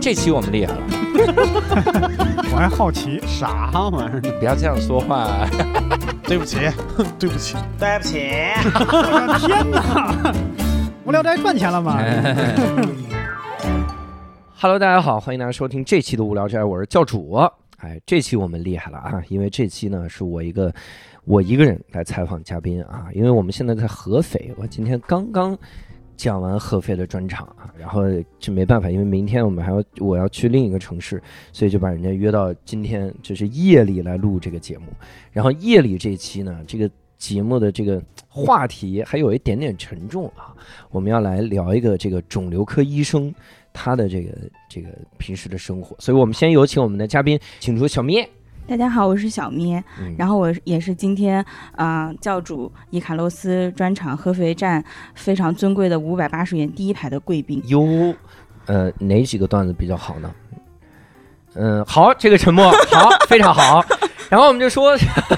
这期我们厉害了。 我还好奇啥玩意儿？ 不要这样说话。 对不起，对不起， 对不起。 我的天哪！无聊斋赚钱了吗 ？Hello， 大家好，欢迎大家收听这期的无聊斋，我是教主。这期我们厉害了啊，因为这期呢是我一个人来采访嘉宾啊，因为我们现在在合肥，我今天刚刚讲完合肥的专场啊，然后就没办法，因为明天我要去另一个城市，所以就把人家约到今天就是夜里来录这个节目。然后夜里这期呢，这个节目的这个话题还有一点点沉重啊，我们要来聊一个这个肿瘤科医生他的这个平时的生活，所以我们先有请我们的嘉宾，请出小咩。 大家好，我是小咩，然后我也是今天教主伊卡洛斯专场合肥站非常尊贵的580元第一排的贵宾。 哟，哪几个段子比较好呢？好，这个沉默好，非常好。然后我们就说，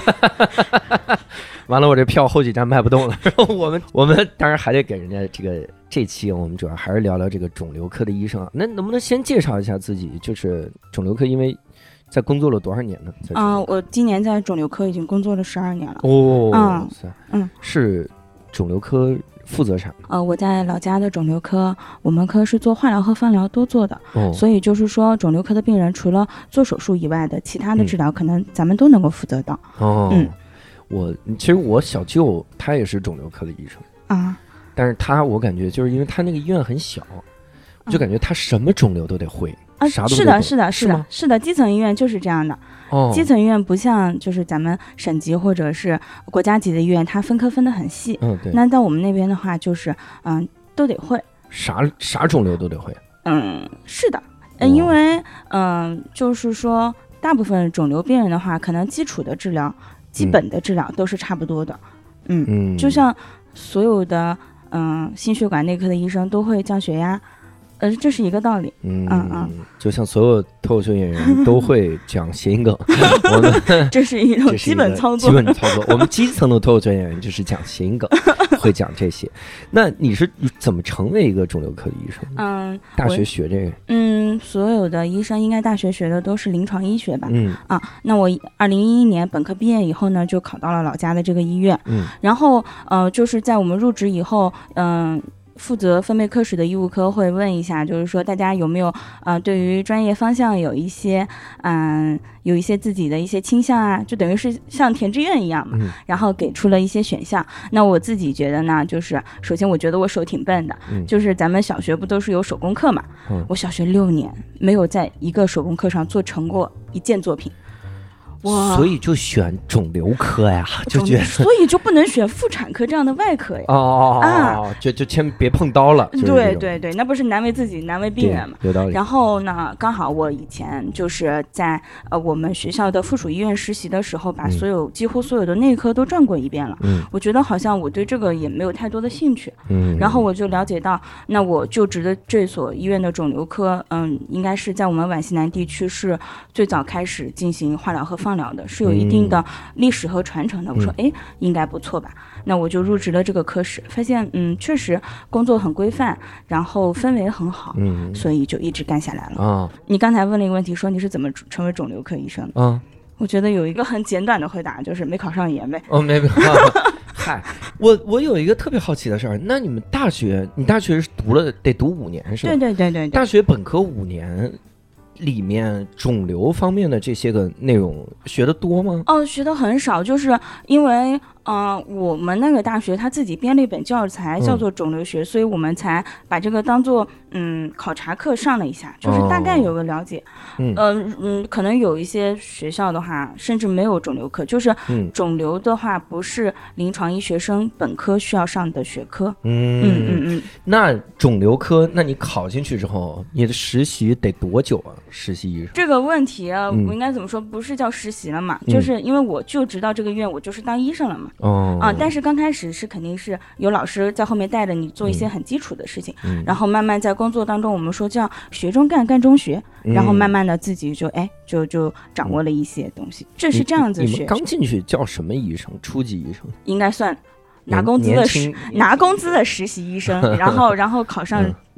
完了，我这票后几站卖不动了。然后我们当然还得给人家这期我们主要还是聊聊这个肿瘤科的医生啊。那能不能先介绍一下自己？就是肿瘤科，因为在工作了多少年呢？ 我今年在肿瘤科已经工作了12年了。 哦，是肿瘤科负责啥？ 我在老家的肿瘤科，我们科是做化疗和放疗都做的，所以就是说肿瘤科的病人除了做手术以外的其他的治疗，可能咱们都能够负责到。 其实我小舅他也是肿瘤科的医生啊，但是我感觉就是因为他那个医院很小，我就感觉他什么肿瘤都得会。啥都是的，基层医院就是这样的。基层医院不像就是咱们省级或者是国家级的医院，它分科分得很细。 对。 那到我们那边的话，就是都得会。 啥肿瘤都得会。 是的。因为就是说大部分肿瘤病人的话，可能基础的治疗、基本的治疗都是差不多的。就像所有的心血管内科的医生都会降血压。这是一个道理。 就像所有脱口秀演员都会讲谐音梗，我们这是一种基本操作。 我们基层的脱口秀演员就是讲谐音梗，会讲这些。那你是怎么成为一个肿瘤科的医生？大学学这个？ 所有的医生应该大学学的都是临床医学吧？那我2011年本科毕业以后呢，就考到了老家的这个医院。然后就是在我们入职以后，负责分配科室的医务科会问一下，就是说大家有没有对于专业方向有一些自己的一些倾向啊，就等于是像填志愿一样嘛。然后给出了一些选项。那我自己觉得呢，就是首先我觉得我手挺笨的，就是咱们小学不都是有手工课嘛？我小学6年没有在一个手工课上做成过一件作品。 所以就选肿瘤科呀，就觉得所以就不能选妇产科这样的外科呀。 就千别碰刀了。 对，那不是难为自己难为病人嘛。 有道理。 然后呢，刚好我以前就是在我们学校的附属医院实习的时候，把几乎所有的内科都转过一遍了。我觉得好像我对这个也没有太多的兴趣。然后我就了解到，那我就职的这所医院的肿瘤科，应该是在我们皖西南地区是最早开始进行化疗和放疗的，是有一定的历史和传承的。我说应该不错吧，那我就入职了这个科室，发现确实工作很规范，然后氛围很好，所以就一直干下来了。你刚才问了一个问题，说你是怎么成为肿瘤科医生的？我觉得有一个很简短的回答，就是没考上研呗。 没嗨，我有一个特别好奇的事儿，那你大学是得读5年是吧？ 对。 大学本科5年里面肿瘤方面的这些个内容学得多吗？ 学得很少，就是因为我们那个大学他自己编了一本教材叫做肿瘤学，所以我们才把这个当做考察课上了一下，就是大概有个了解。可能有一些学校的话甚至没有肿瘤科，就是肿瘤的话不是临床医学生本科需要上的学科。 那肿瘤科，那你考进去之后，你的实习得多久啊？实习医生这个问题我应该怎么说？不是叫实习了嘛，就是因为我就职到这个院，我就是当医生了嘛。但是刚开始是肯定是有老师在后面带着你做一些很基础的事情，然后慢慢在工作当中，我们说叫学中干，干中学，然后慢慢的自己就掌握了一些东西，这是这样子学。 你们刚进去叫什么医生？初级医生？ 应该算拿工资的实习医生，然后考上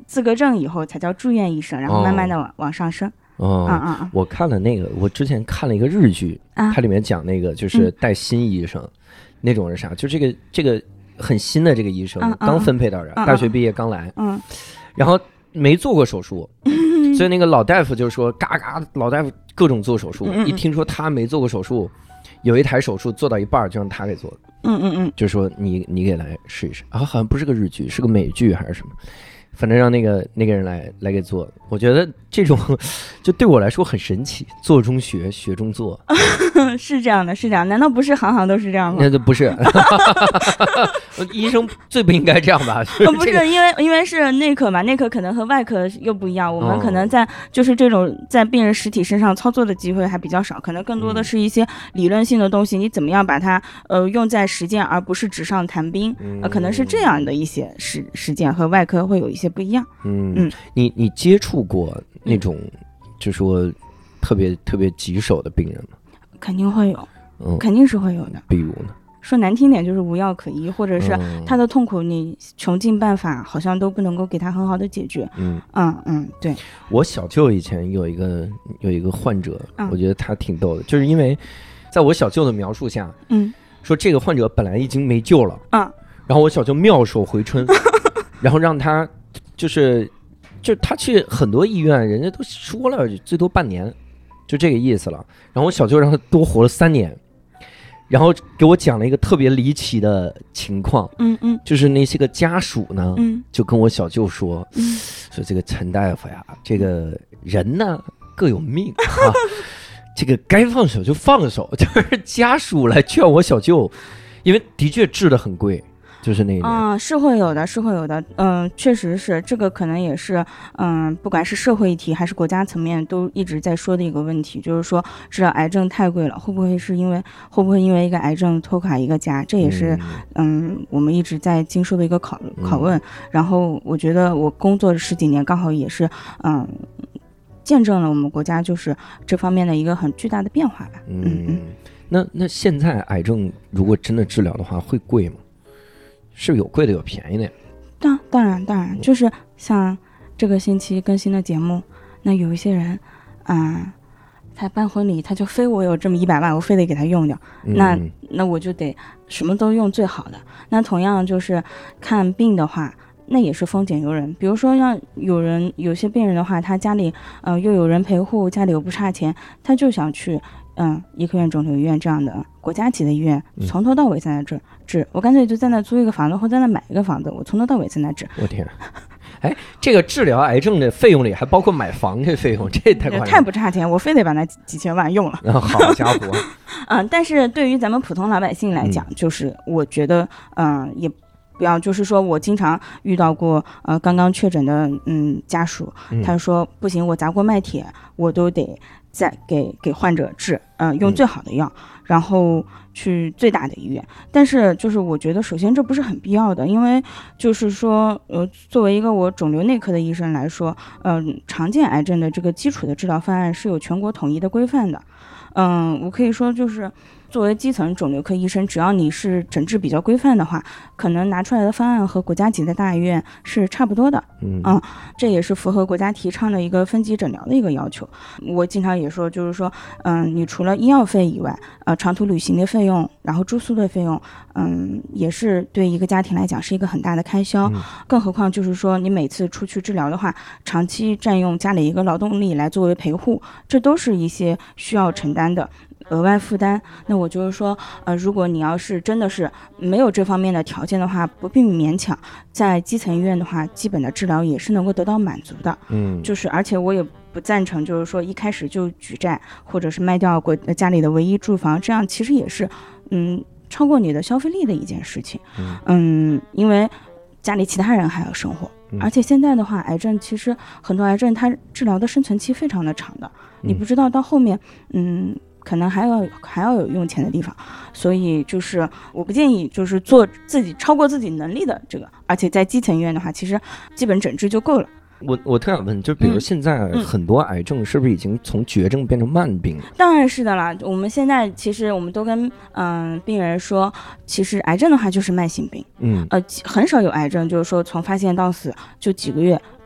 资格证以后才叫住院医生，然后慢慢的往上升。 我看了那个，我之前看了一个日剧，它里面讲那个就是带新医生，那种是啥？就这个很新的这个医生刚分配到这儿，大学毕业刚来，然后没做过手术，所以那个老大夫就说嘎嘎，老大夫各种做手术，一听说他没做过手术，有一台手术做到一半就让他给做的，就说你给来试一试啊，好像不是个日剧，是个美剧还是什么。反正让那个人来给做，我觉得这种就对我来说很神奇，做中学，学中做， 是这样的，是这样，难道不是行行都是这样吗？ 那就不是，医生最不应该这样吧？ 不是，因为是内科嘛，内科可能和外科又不一样，我们可能在就是这种在病人实体身上操作的机会还比较少，可能更多的是一些理论性的东西，你怎么样把它用在实践，而不是纸上谈兵，可能是这样的一些实践和外科会有一些不一样。 你接触过那种就说特别棘手的病人吗？ 肯定会有，肯定是会有的。 比如呢？ 说难听点就是无药可医，或者是他的痛苦你穷尽办法好像都不能够给他很好的解决。对。我小舅以前有一个患者，我觉得他挺逗的，就是因为在我小舅的描述下，说这个患者本来已经没救了，然后我小舅妙手回春。然后让他就是他去很多医院，人家都说了最多半年，就这个意思了。然后我小舅让他多活了3年，然后给我讲了一个特别离奇的情况，就是那些个家属呢，就跟我小舅说，说这个陈大夫呀，这个人呢各有命啊，这个该放手就放手，就是家属来劝我小舅，因为的确治得很贵。就是那个是会有的，确实是这个，可能也是不管是社会议题还是国家层面都一直在说的一个问题，就是说治疗癌症太贵了，会不会因为一个癌症拖垮一个家？这也是我们一直在经受的一个拷问。然后我觉得我工作10几年，刚好也是见证了我们国家就是这方面的一个很巨大的变化吧。 那现在癌症如果真的治疗的话，会贵吗？是有贵的有便宜的呀？ 当然，就是像这个星期更新的节目，那有一些人他办婚礼，他就非我有这么100万，我非得给他用掉，那我就得什么都用最好的。那同样就是看病的话，那也是丰俭由人。比如说像有些病人的话，他家里又有人陪护，家里又不差钱，他就想去医科院、肿瘤医院这样的国家级的医院，从头到尾在那治。我干脆就在那租一个房子，或在那买一个房子，我从头到尾在那治。 我天！哎，这个治疗癌症的费用里还包括买房这费用，这太夸张了， 太不差钱，我非得把那几千万用了。 好家伙！ 但是对于咱们普通老百姓来讲，就是我觉得也不要，就是说我经常遇到过刚刚确诊的家属，他说不行，我砸锅卖铁，我都得再给患者治，用最好的药，然后去最大的医院。但是就是我觉得首先这不是很必要的，因为就是说作为一个我肿瘤内科的医生来说，常见癌症的这个基础的治疗方案是有全国统一的规范的。我可以说就是作为基层肿瘤科医生，只要你是诊治比较规范的话，可能拿出来的方案和国家级的大医院是差不多的。这也是符合国家提倡的一个分级诊疗的一个要求。我经常也说，就是说你除了医药费以外，长途旅行的费用，然后住宿的费用，也是对一个家庭来讲是一个很大的开销。更何况就是说你每次出去治疗的话，长期占用家里一个劳动力来作为陪护，这都是一些需要承担的额外负担。那我就是说如果你要是真的是没有这方面的条件的话，不必勉强，在基层医院的话，基本的治疗也是能够得到满足的。就是而且我也不赞成就是说一开始就举债，或者是卖掉家里的唯一住房，这样其实也是超过你的消费力的一件事情。因为家里其他人还要生活，而且现在的话，癌症其实很多癌症它治疗的生存期非常的长的，你不知道到后面可能还要有用钱的地方，所以就是我不建议就是做自己超过自己能力的这个，而且在基层医院的话，其实基本诊治就够了。 我特想问，就比如现在很多癌症是不是已经从绝症变成慢病？ 当然是的啦。我们现在其实我们都跟病人说，其实癌症的话就是慢性病。很少有癌症就是说从发现到死就几个月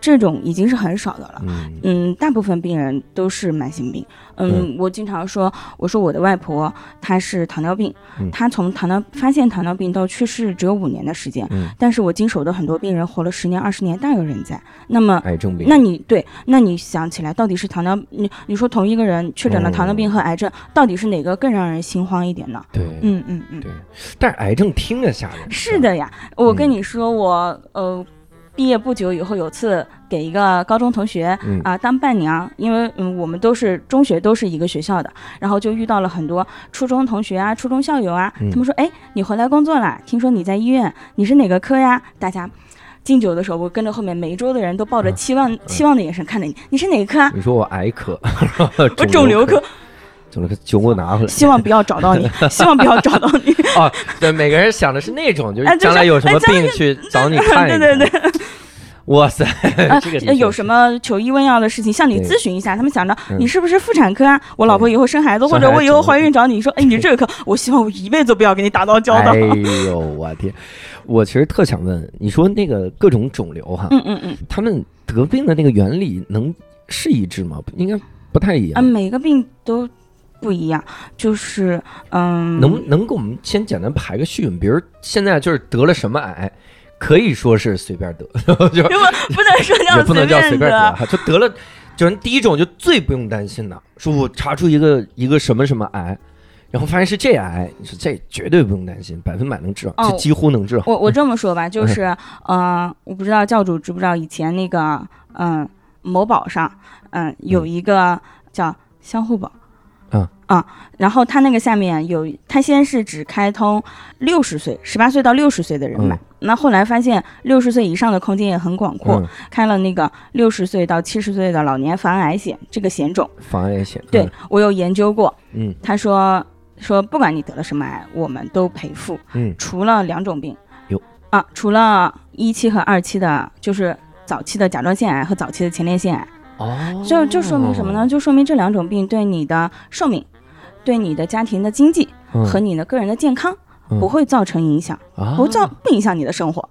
这种已经是很少的了。大部分病人都是慢性病。我经常说，我说我的外婆她是糖尿病，她从发现糖尿病到去世只有5年的时间，但是我经手的很多病人活了10年20年大有人在。那么癌症病， 那你想起来到底是糖尿你说同一个人确诊了糖尿病和癌症，到底是哪个更让人心慌一点呢？ 对，对。但是癌症听着吓人。 是的呀，我跟你说，我毕业不久以后，有次给一个高中同学当伴娘，因为我们都是中学都是一个学校的，然后就遇到了很多初中同学啊、初中校友啊，他们说，哎，你回来工作了，听说你在医院，你是哪个科呀？大家敬酒的时候，我跟着后面每一桌的人都抱着期望的眼神看着你，你是哪个科啊？ 你说我癌科， 我肿瘤科。 整了个酒给我拿回来， 希望不要找到你，希望不要找到你。 哦，对，每个人想的是那种，就是将来有什么病去找你看一看。 对。 哇塞，这个有什么求医问药的事情，向你咨询一下。他们想着你是不是妇产科啊？我老婆以后生孩子，或者我以后怀孕找你说，哎，你这个科，我希望我一辈子不要跟你打到交道。 哎呦，我天！我其实特想问，你说那个各种肿瘤哈，他们得病的那个原理是一致吗？应该不太一样。 每个病都不一样，就是能给我们先简单排个序？比如现在就是得了什么癌，可以说是随便得，就不能说也不能叫随便得，就得了。就是第一种就最不用担心的，说我查出一个什么什么癌，然后发现是这癌，你说这绝对不用担心，100%能治好，就几乎能治好。 我这么说吧，就是我不知道教主知不知道以前那个某宝上有一个叫相互宝。然后他那个下面他先是只开通60岁18岁到60岁的人买，那后来发现60岁以上的空间也很广阔，开了那个60岁到70岁的老年防癌险这个险种。防癌险， 对，我有研究过。他说不管你得了什么癌，我们都赔付。除了2种病，除了1期和2期的，就是早期的甲状腺癌和早期的前列腺癌。就说明什么呢？就说明这2种病对你的寿命、对你的家庭的经济和你的个人的健康不会造成影响，不影响你的生活。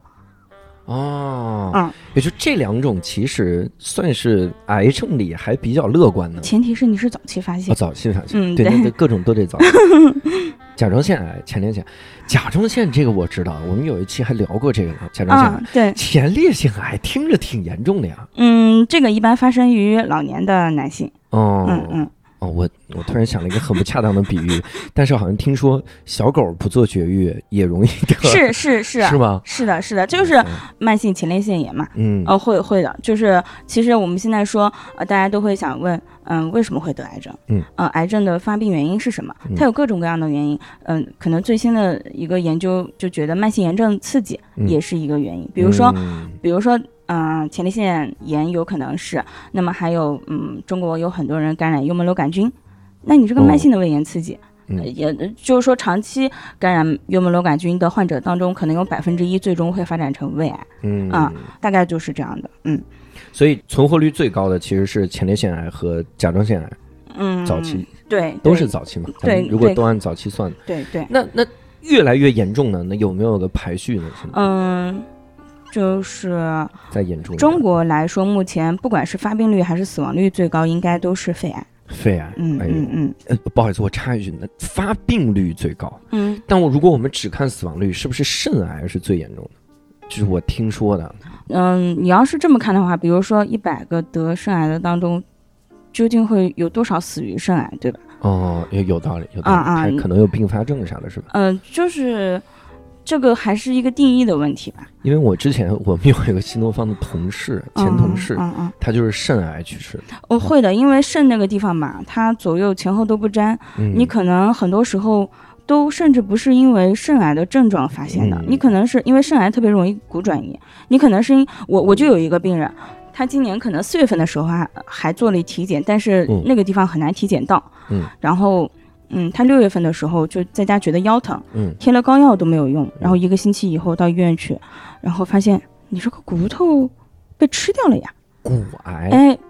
也就这2种其实算是癌症里还比较乐观的， 前提是你是早期发现。 早期发现，对，各种都得早。甲状腺癌、前列腺，甲状腺这个我知道，我们有一期还聊过这个甲状腺癌。对，前列腺癌听着挺严重的呀。 这个一般发生于老年的男性。 我突然想了一个很不恰当的比喻，但是好像听说小狗不做绝育也容易得。是吗？是的，就是慢性前列腺炎嘛。会的，就是其实我们现在说，大家都会想问，为什么会得癌症？癌症的发病原因是什么？它有各种各样的原因。可能最新的一个研究就觉得慢性炎症刺激也是一个原因。比如说。前列腺炎有可能是，那么还有中国有很多人感染幽门螺杆菌，那你这个慢性的胃炎刺激，也就是说长期感染幽门螺杆菌的患者当中，可能有1%最终会发展成胃癌。大概就是这样的。 所以存活率最高的其实是前列腺癌和甲状腺癌。早期对都是早期嘛。 对， 如果都按早期算。 对。 那越来越严重呢？那有没有个排序呢？ 就是在严重。 中国来说，目前不管是发病率还是死亡率最高，应该都是肺癌。 肺癌，不好意思，我插一句，那发病率最高，但如果我们只看死亡率，是不是肾癌是最严重的？就是我听说的。 你要是这么看的话，比如说100个得肾癌的当中，究竟会有多少死于肾癌，对吧？ 有道理，它可能有并发症啥的，是吧？ 就是这个还是一个定义的问题吧。因为我们有一个新东方的前同事，他就是肾癌去世的。会的，因为肾那个地方嘛，它左右前后都不沾，你可能很多时候都甚至不是因为肾癌的症状发现的，你可能是因为肾癌特别容易骨转移，你可能是我就有一个病人，他今年可能4月份的时候还做了体检，但是那个地方很难体检到，然后他6月份的时候就在家觉得腰疼，贴了膏药都没有用，然后1个星期以后到医院去，然后发现你这个骨头被吃掉了呀。 骨癌？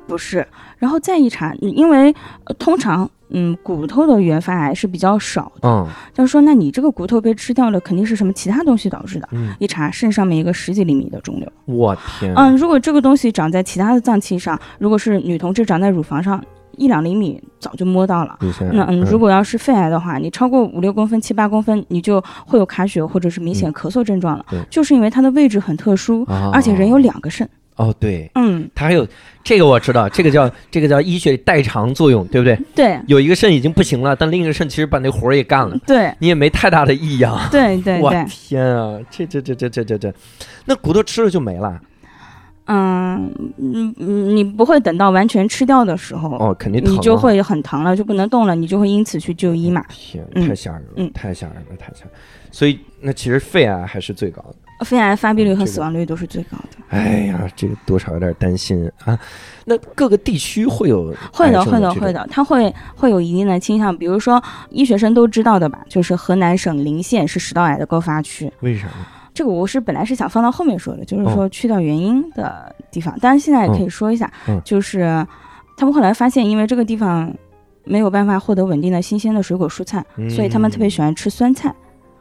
不是。然后再一查，因为通常骨头的原发癌是比较少的，就是说那你这个骨头被吃掉了，肯定是什么其他东西导致的。一查肾上面一个10几厘米的肿瘤， 我天！ 如果这个东西长在其他的脏器上，如果是女同志长在乳房上1、2厘米早就摸到了。那如果要是肺癌的话，你超过5、6公分、7、8公分，你就会有卡血或者是明显咳嗽症状了，就是因为它的位置很特殊，而且人有2个肾。 对，它还有这个我知道，这个叫医学代偿作用，对不对？ 对， 有一个肾已经不行了，但另一个肾其实把那活儿也干了， 对， 你也没太大的异样。 对， 我天啊，这，那骨头吃了就没了？ 你不会等到完全吃掉的时候， 肯定疼， 你就会很疼了，就不能动了，你就会因此去就医嘛。 天，太吓人了，太吓人了。所以那其实肺癌还是最高的。 肺癌发病率和死亡率都是最高的。 哎呀，这个多少有点担心啊。那各个地区会有？ 会的，它会有一定的倾向。比如说，医学生都知道的吧，就是河南省临县是食道癌的高发区。 为啥呢？ 这个我本来是想放到后面说的，就是说去掉原因的地方。当然现在也可以说一下，就是他们后来发现，因为这个地方没有办法获得稳定的新鲜的水果蔬菜，所以他们特别喜欢吃酸菜。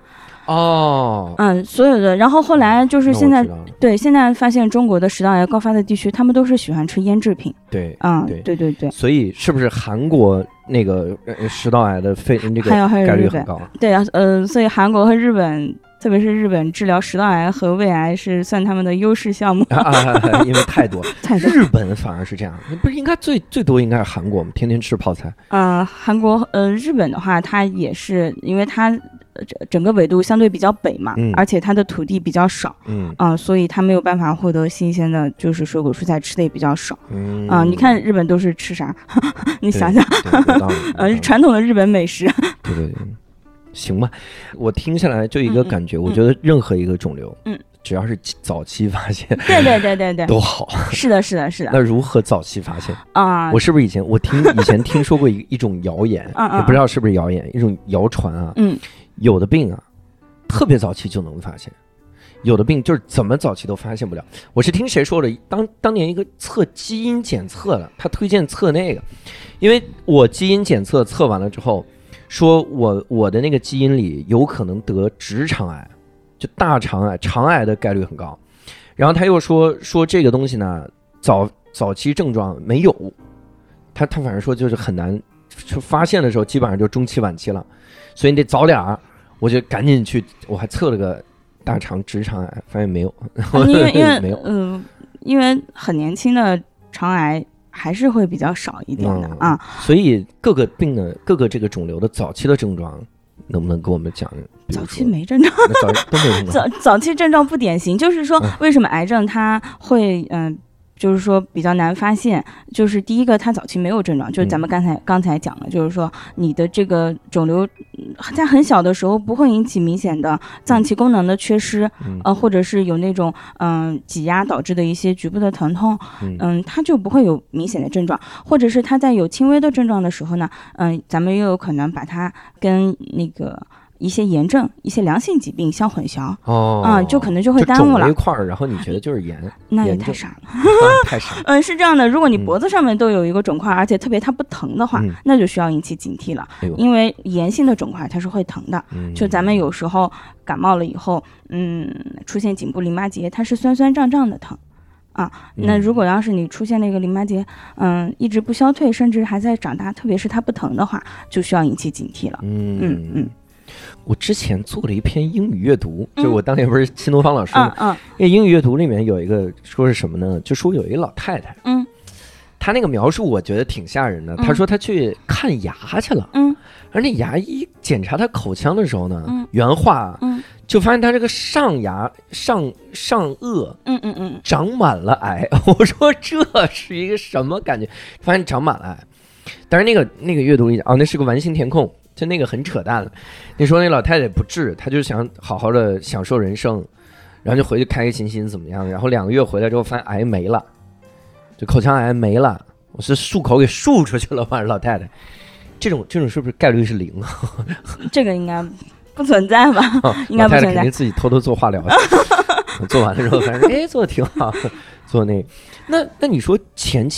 所有的，然后后来就是现在发现中国的食道癌高发的地区，他们都是喜欢吃腌制品。对，对。所以是不是韩国那个食道癌的这个概率很高？ 对啊，所以韩国和日本，特别是日本治疗食道癌和胃癌是算他们的优势项目因为太多。日本反而是这样，不是应该最多应该是韩国吗？天天吃泡菜。 韩国日本的话，它也是因为它整个纬度相对比较北嘛，而且它的土地比较少，所以它没有办法获得新鲜的，就是水果蔬菜吃的也比较少。你看日本都是吃啥？你想想，传统的日本美食。 对，行吧，我听下来就一个感觉，我觉得任何一个肿瘤，只要是早期发现， 对， 都好。 是的。 那如何早期发现我是不是以前听说过一种谣言，也不知道是不是谣言，一种谣传啊，有的病啊，特别早期就能发现，有的病就是怎么早期都发现不了。我是听谁说的，当年一个测基因检测的，他推荐测那个，因为我基因检测测完了之后，说我的那个基因里有可能得直肠癌，就大肠癌，肠癌的概率很高。然后他又说这个东西呢，早期症状没有，他反正说就是很难，就发现的时候基本上就中期晚期了，所以你得早点儿。我就赶紧去，我还测了个大肠直肠癌，发现没有。没有， 因为很年轻的肠癌还是会比较少一点的啊。 所以各个病的各个这个肿瘤的早期的症状，能不能给我们讲？ 早期没症状， 都没症状。 早期症状不典型，就是说为什么癌症它会就是说比较难发现，就是第一个它早期没有症状，就是咱们刚才讲了，就是说你的这个肿瘤在很小的时候不会引起明显的脏器功能的缺失，或者是有那种挤压导致的一些局部的疼痛，它就不会有明显的症状，或者是它在有轻微的症状的时候呢，咱们又有可能把它跟那个一些炎症、一些良性疾病相混淆，就可能就会耽误了。 肿一块儿，然后你觉得就是炎， 那也太傻了， 太傻了。 是这样的，如果你脖子上面都有一个肿块，而且特别它不疼的话，那就需要引起警惕了，因为炎性的肿块它是会疼的。就咱们有时候感冒了以后，出现颈部淋巴结，它是酸酸胀胀的疼。那如果要是你出现那个淋巴结，一直不消退，甚至还在长大，特别是它不疼的话，就需要引起警惕了。 我之前做了一篇英语阅读，就我当年不是新东方老师吗？那英语阅读里面有一个说是什么呢？就说有一个老太太，她那个描述我觉得挺吓人的。她说她去看牙去了，而那牙医检查她口腔的时候呢，原话，就发现她这个上牙上颚，长满了癌。我说这是一个什么感觉？发现长满了癌。但是那个阅读里那是个完形填空。就那个很扯淡了，你说那老太太不治，她就想好好的享受人生，然后就回去开开心心怎么样？然后2个月回来之后发现癌没了，就口腔癌没了，我是漱口给漱出去了吧？老太太，这种是不是概率是0？ 这个应该不存在吧？应该不存在。老太太肯定自己偷偷做化疗，做完了之后发现做的挺好，做那你说前期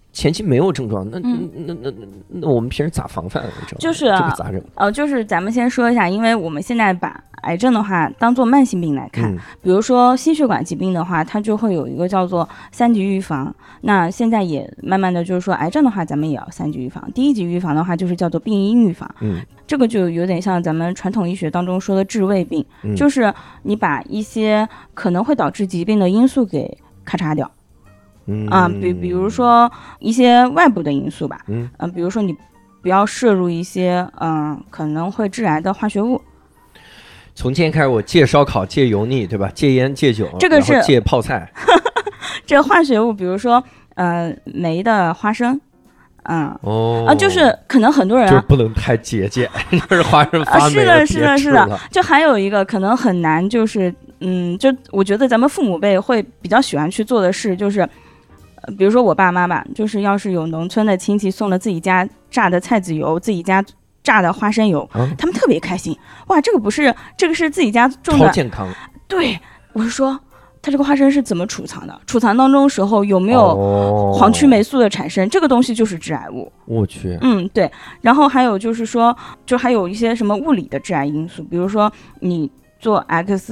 前期没有症状，那我们平时咋防范？ 就是这个咋整？ 就是咱们先说一下，因为我们现在把癌症的话当做慢性病来看，比如说心血管疾病的话，它就会有一个叫做3级预防。那现在也慢慢的就是说，癌症的话，咱们也要3级预防。第1级预防的话，就是叫做病因预防。这个就有点像咱们传统医学当中说的治未病，就是你把一些可能会导致疾病的因素给咔嚓掉。比如说一些外部的因素吧，比如说你不要摄入一些可能会致癌的化学物。 从今天开始，我戒烧烤、戒油腻，对吧？戒烟、戒酒， 这个是戒泡菜。 这化学物，比如说酶的花生，就是可能很多人就是不能太节俭，就是花生发霉了。 是的。就还有一个可能很难，就是就我觉得咱们父母辈会比较喜欢去做的事，就是。比如说我爸妈吧，就是要是有农村的亲戚送了自己家榨的菜籽油，自己家榨的花生油，他们特别开心。哇，这个是自己家种的， 超健康。对， 我是说，它这个花生是怎么储藏的？储藏当中时候有没有黄曲霉素的产生？这个东西就是致癌物。 我去。 对。然后还有就是说，就还有一些什么物理的致癌因素，比如说你。做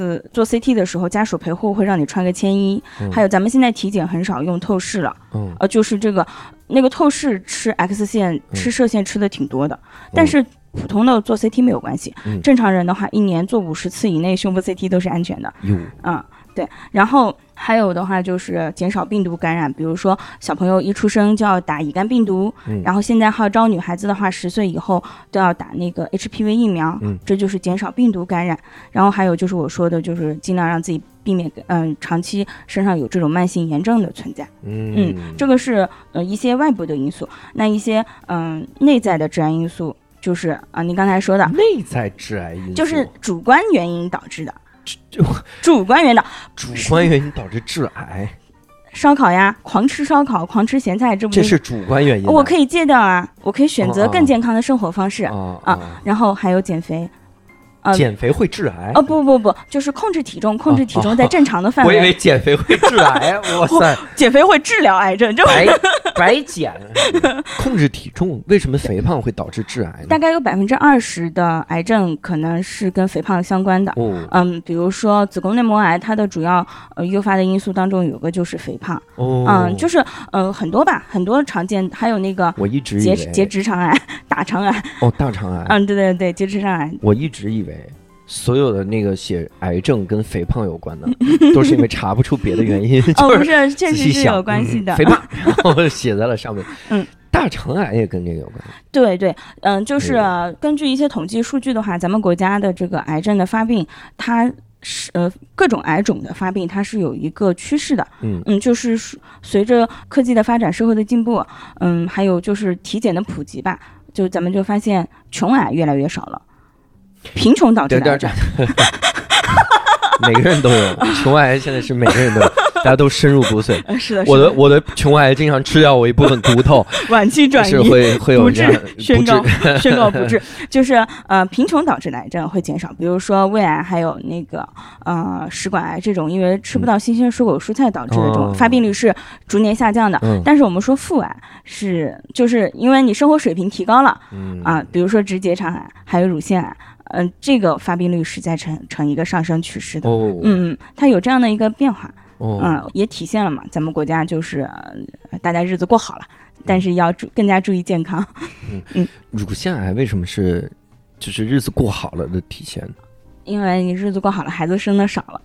CT 的时候，家属陪护会让你穿个铅衣，还有咱们现在体检很少用透视了，就是那个透视吃 X 线、吃射线吃的挺多的，但是普通的做 CT 没有关系，正常人的话1年做50次以内胸部 CT 都是安全的。对，然后还有的话就是减少病毒感染，比如说小朋友一出生就要打乙肝病毒，然后现在号召女孩子的话10岁以后都要打那个 HPV 疫苗，这就是减少病毒感染。然后还有就是我说的，就是尽量让自己避免长期身上有这种慢性炎症的存在。这个是一些外部的因素。那一些内在的致癌因素，就是您刚才说的内在致癌因素， 就是主观原因导致的。主观原因导致致癌， 烧烤呀，狂吃烧烤，狂吃咸菜，这是主观原因。 我可以戒掉啊，我可以选择更健康的生活方式然后还有减肥。 减肥会致癌？ 不，就是控制体重在正常的范围。 我以为减肥会致癌，哇塞！ 减肥会治疗癌症， 白减。控制体重，为什么肥胖会导致致癌呢？ 大概有20%的癌症可能是跟肥胖相关的。比如说子宫内膜癌，它的主要诱发的因素当中有个就是肥胖。就是很多吧，很多常见，还有那个我一直以为结直肠癌、大肠癌。 大肠癌。 对，结直肠癌。 我一直以为所有的那个写癌症跟肥胖有关的，都是因为查不出别的原因。 不是，确实是有关系的。 肥胖，然后写在了上面。大肠癌也跟这个有关。 对，就是根据一些统计数据的话，咱们国家的这个癌症的发病，它是各种癌种的发病，它是有一个趋势的。就是随着科技的发展、社会的进步，还有就是体检的普及吧，就咱们就发现穷癌越来越少了。贫穷导致的癌症， 每个人都有穷癌，现在是每个人都有，大家都深入骨髓。 是的， 我的穷癌经常吃掉我一部分骨头， 晚期转移是会有这样宣告不治，就是贫穷导致的癌症会减少，比如说胃癌，还有那个食管癌这种，因为吃不到新鲜水果蔬菜导致的这种发病率是逐年下降的。但是我们说腹癌就是因为你生活水平提高了，比如说直结肠癌，还有乳腺癌。这个发病率是在呈一个上升趋势的。它有这样的一个变化。也体现了嘛，咱们国家就是大家日子过好了，但是要更加注意健康。 乳腺癌为什么是就是日子过好了的体现？ 因为你日子过好了，孩子生的少了。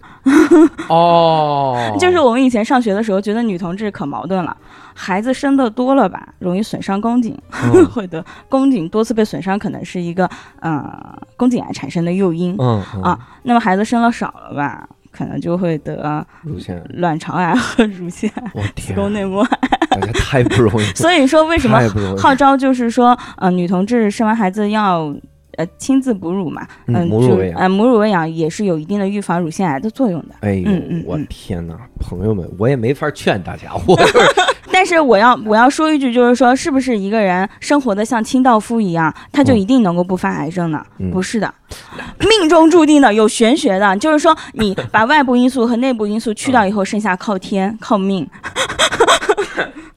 就是我们以前上学的时候，觉得女同志可矛盾了，孩子生的多了吧，容易损伤宫颈，会得宫颈多次被损伤，可能是一个宫颈癌产生的诱因。那么孩子生了少了吧，可能就会得乳腺、 卵巢癌和乳腺癌、子宫内膜癌。 太不容易。 所以说，为什么号召就是说，女同志生完孩子要亲自哺乳嘛， 母乳喂养， 母乳喂养也是有一定的预防乳腺癌的作用的。 哎呦，我天哪，朋友们，我也没法劝大家， 但是我要说一句，就是说，是不是一个人生活的像清道夫一样，他就一定能够不发癌症呢？不是的，命中注定的，有玄学的，就是说，你把外部因素和内部因素去掉以后，剩下靠天靠命。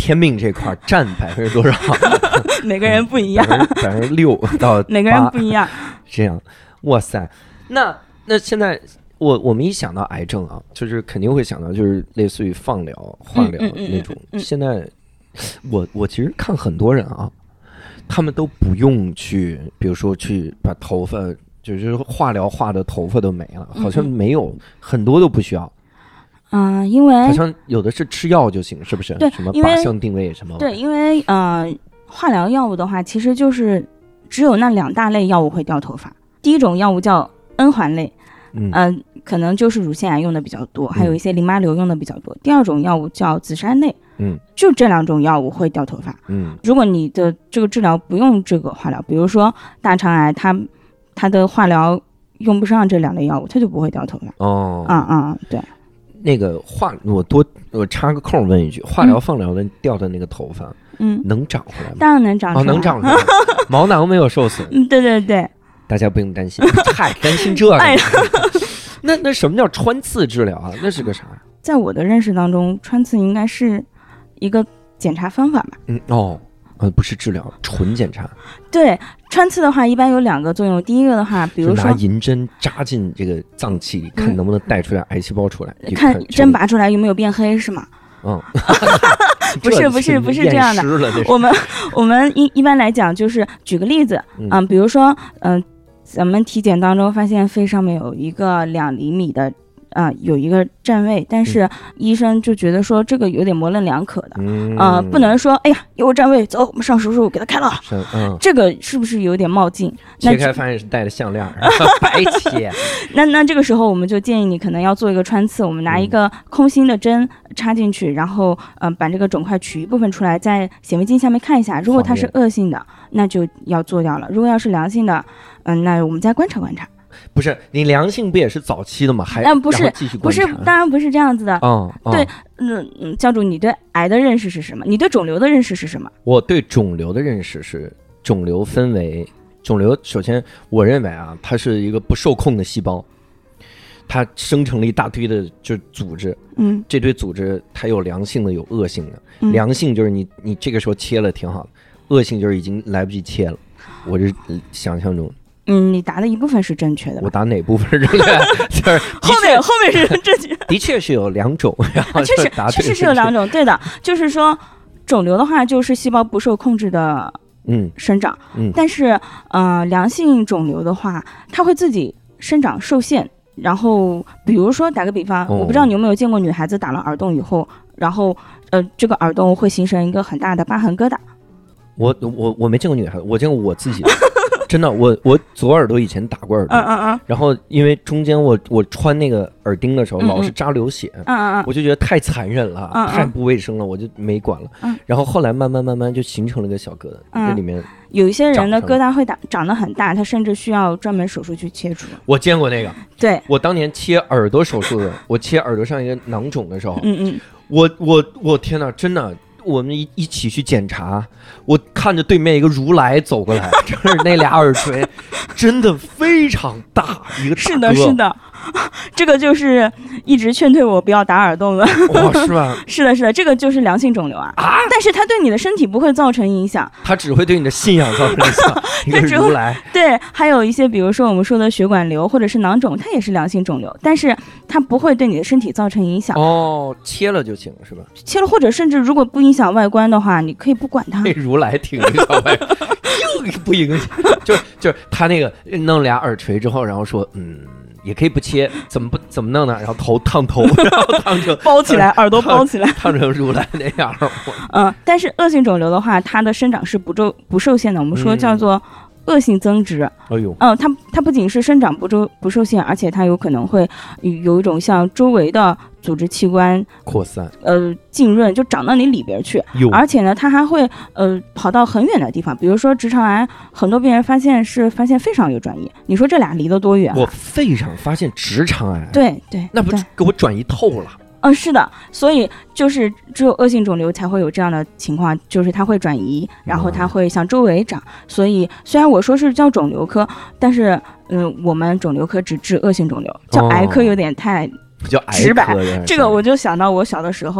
天命这块占多少？ 每个人不一样 ，6%到8%， 每个人不一样。 这样，哇塞，那现在我们一想到癌症啊，就是肯定会想到就是类似于放疗、化疗那种。现在我其实看很多人啊，他们都不用去，比如说去把头发。就是化疗化的头发都没了，好像没有很多都不需要。 因为好像有的是吃药就行，是不是？ 对， 什么靶向定位什么？ 对，因为化疗药物的话，其实就是只有那2大类药物会掉头发。第一种药物叫N环类，可能就是乳腺癌用的比较多，还有一些淋巴瘤用的比较多。第二种药物叫紫杉类，就这2种药物会掉头发。如果你的这个治疗不用这个化疗，比如说大肠癌，它的化疗用不上这2类药物，它就不会掉头发。对。 那个我插个空问一句，化疗放疗的掉的那个头发，能长回来吗？ 当然能长出来， 能长出来，毛囊没有受损。 对， 大家不用担心，太担心这个。那什么叫穿刺治疗啊？那是个啥？ 在我的认识当中，穿刺应该是一个检查方法吧。 不是治疗，纯检查。 对，穿刺的话一般有2个作用。第一个的话，比如说拿银针扎进这个脏器里，看能不能带出来癌细胞出来。 看针拔出来有没有变黑是吗？不是这样的。我们一般来讲就是举个例子，比如说咱们体检当中发现肺上面有一个2厘米的。有一个占位，但是医生就觉得说这个有点模棱两可的，不能说哎呀有占位，走我们上手术给他开了，这个是不是有点冒进？ 切开发现是戴的项链，白切。 那这个时候我们就建议你可能要做一个穿刺，我们拿一个空心的针插进去，然后把这个肿块取一部分出来，在显微镜下面看一下，如果它是恶性的，那就要做掉了；如果要是良性的，那我们再观察观察。 不是你良性不也是早期的吗？ 不是，当然不是这样子的。对，教主，你对癌的认识是什么？你对肿瘤的认识是什么？ 我对肿瘤的认识是，肿瘤分为肿瘤，首先我认为啊，它是一个不受控的细胞，它生成了一大堆的就组织，这堆组织它有良性的，有恶性的。良性就是你这个时候切了挺好的，恶性就是已经来不及切了。我是想象中。 你答的一部分是正确的。 我答哪部分是正确？就是后面是正确。 的确是有2种，然后确实是有2种，对的。就是说，肿瘤的话就是细胞不受控制的生长，但是良性肿瘤的话，它会自己生长受限。然后比如说打个比方，我不知道你有没有见过女孩子打了耳洞以后，然后这个耳洞会形成一个很大的疤痕疙瘩。 我没见过女孩子，我见过我自己。真的，我左耳朵以前打过耳洞，然后因为中间我穿那个耳钉的时候老是扎流血，我就觉得太残忍了，太不卫生了，我就没管了。然后后来慢慢就形成了个小疙瘩，这里面有一些人的疙瘩会长得很大，他甚至需要专门手术去切除。 我见过那个， 对， 我当年切耳朵手术的，我切耳朵上一个囊肿的时候，我天哪，真的。我们一起去检查，我看着对面一个如来走过来，就是那俩耳垂真的非常大，一个大哥。 是的，这个就是一直劝退我不要打耳洞了。 是吧？ 是的，这个就是良性肿瘤啊！但是它对你的身体不会造成影响， 它只会对你的信仰造成影响。一个如来。 对，还有一些比如说我们说的血管瘤或者是囊肿，它也是良性肿瘤，但是它不会对你的身体造成影响。 切了就行是吧？ 切了或者甚至如果不影响外观的话，你可以不管它。 那如来挺影响外观，又不影响，就是他那个弄俩耳垂之后，然后说也可以不切，怎么弄呢？然后烫头，然后烫成包起来，耳朵包起来， 烫成如来那样。 但是恶性肿瘤的话，它的生长是不受限的，我们说叫做恶性增殖。 哎呦， 它不仅是生长不受限，而且它有可能会有一种像周围的组织器官扩散， 浸润，就长到你里边去。而且呢，它还会跑到很远的地方，比如说直肠癌，很多病人发现肺上有转移，你说这俩离得多远？ 我肺上发现直肠癌， 对， 那不给我转移透了。 是的，所以就是只有恶性肿瘤才会有这样的情况，就是它会转移，然后它会向周围长。所以虽然我说是叫肿瘤科，但是我们肿瘤科只治恶性肿瘤，叫癌科有点太直白。这个我就想到我小的时候，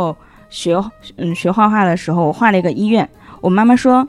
学画画的时候，我画了一个医院，我妈妈说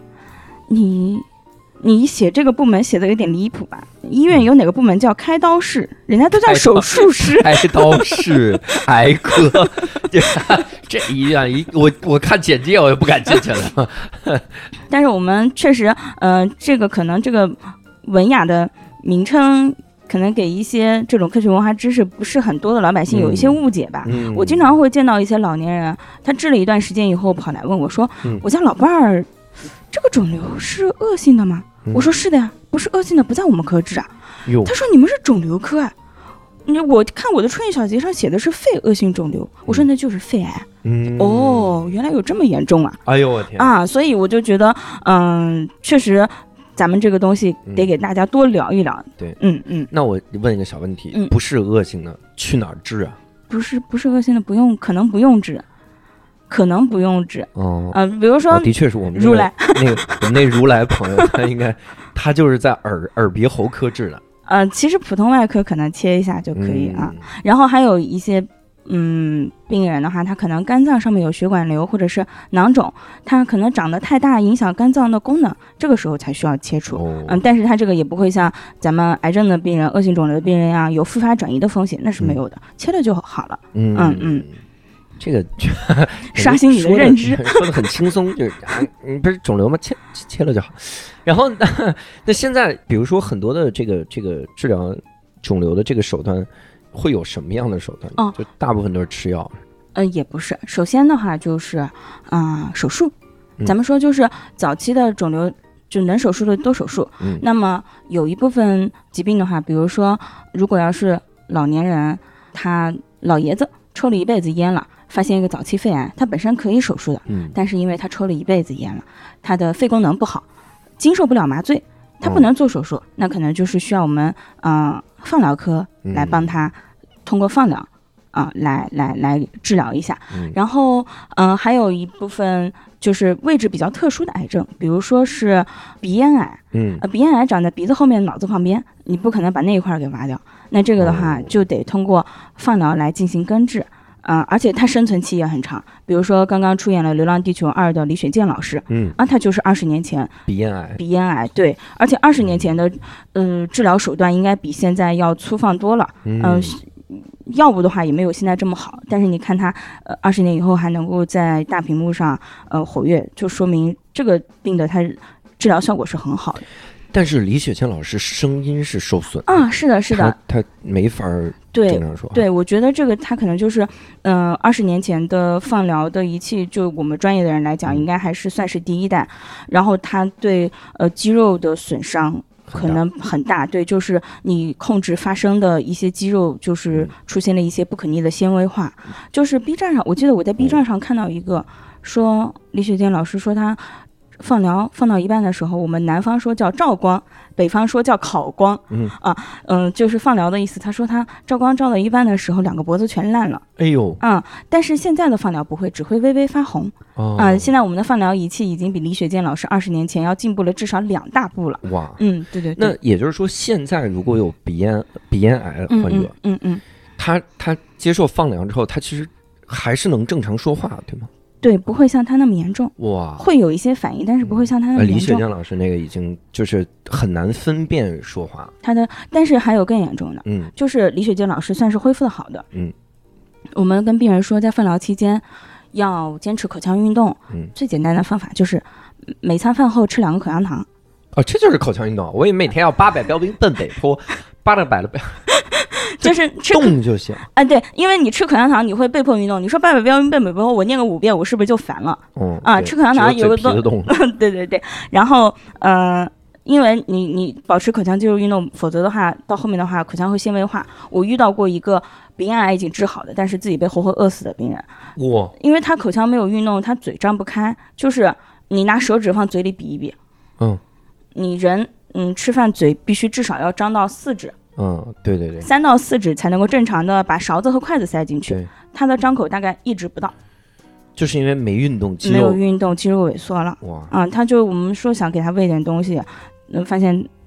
你写这个部门写的有点离谱吧？医院有哪个部门叫开刀室？人家都叫手术室。 开刀室、癌科，这医院我看简介我也不敢进去了。 但是我们确实，这个可能这个文雅的名称，可能给一些这种科学文化知识不是很多的老百姓有一些误解吧。我经常会见到一些老年人，他治了一段时间以后跑来问我说：“我家老伴儿。”这个肿瘤是恶性的吗？我说是的呀，不是恶性的不在我们科治啊。他说你们是肿瘤科啊。我看我的创业小结上写的是肺恶性肿瘤，我说那就是肺癌。哦，原来有这么严重啊！ 哎呦我天啊！所以我就觉得，确实，咱们这个东西得给大家多聊一聊。 对，那我问一个小问题，不是恶性的去哪儿治啊？ 不是恶性的可能不用治。可能不用治比如说， 的确是我们如来我们那如来朋友，他就是在耳鼻喉科治的。 其实普通外科可能切一下就可以啊。然后还有一些病人的话，他可能肝脏上面有血管瘤或者是囊肿，他可能长得太大，影响肝脏的功能，这个时候才需要切除。但是他这个也不会像咱们癌症的病人、恶性肿瘤的病人呀，有复发转移的风险，那是没有的，切了就好了。 这个刷新你的认知， 说的很轻松，就是不是肿瘤吗？切了就好。然后那现在，比如说很多的这个治疗肿瘤的这个手段，会有什么样的手段？就大部分都是吃药。 也不是。首先的话就是手术。咱们说就是早期的肿瘤就能手术的都手术。那么有一部分疾病的话，比如说如果要是老年人，他老爷子抽了一辈子烟了。发现一个早期肺癌，他本身可以手术的，但是因为他抽了一辈子烟了，他的肺功能不好，经受不了麻醉，他不能做手术，那可能就是需要我们放疗科来帮他通过放疗来治疗一下。然后还有一部分就是位置比较特殊的癌症，比如说是鼻咽癌，鼻咽癌长在鼻子后面脑子旁边，你不可能把那一块给挖掉，那这个的话就得通过放疗来进行根治。而且它生存期也很长，比如说刚刚出演了《流浪地球2》的李雪健老师，他就是20年前鼻咽癌，对，而且20年前的治疗手段应该比现在要粗放多了，药物的话也没有现在这么好，但是你看他20年以后还能够在大屏幕上活跃，就说明这个病的它治疗效果是很好的。 但是李雪健老师声音是受损是的他没法经常说。 对，我觉得这个他可能就是20年前的放疗的仪器，就我们专业的人来讲应该还是算是第一代，然后他对肌肉的损伤可能很大，对，就是你控制发声的一些肌肉就是出现了一些不可逆的纤维化。就是 B 站上，我记得我在 B 站上看到一个说李雪健老师说他放疗放到一半的时候，我们南方说叫照光，北方说叫烤光，就是放疗的意思。他说他照光照到一半的时候，两个脖子全烂了。 哎呦， 但是现在的放疗不会，只会微微发红。现在我们的放疗仪器已经比李雪健老师20年前要进步了至少2大步了。 哇， 对。 那也就是说，现在如果有鼻咽癌患者，他接受放疗之后，他其实还是能正常说话，对吗？ 对，不会像他那么严重。 哇， 会有一些反应，但是不会像他那么严重。 李雪健老师那个已经就是很难分辨说话。 但是还有更严重的，就是李雪健老师算是恢复的好的。我们跟病人说，在放疗期间要坚持口腔运动。最简单的方法就是每餐饭后吃2个口香糖。 这就是口腔运动。我以为每天要800标兵奔北坡，800的就是动就行。 对，因为你吃口香糖，你会被迫运动。你说800标兵奔北坡，我念个5遍，我是不是就烦了？吃口香糖有个动。对。然后因为你保持口腔肌肉运动，否则的话到后面的话口腔会纤维化。我遇到过一个鼻咽癌已经治好的，但是自己被活活饿死的病人。因为他口腔没有运动，他嘴张不开，就是你拿手指放嘴里比一比。你人吃饭嘴必须至少要张到4指。对，3到4指才能够正常的把勺子和筷子塞进去。他的张口大概1指不到， 就是因为没运动， 没有运动，肌肉萎缩了。他就我们说想给他喂点东西，发现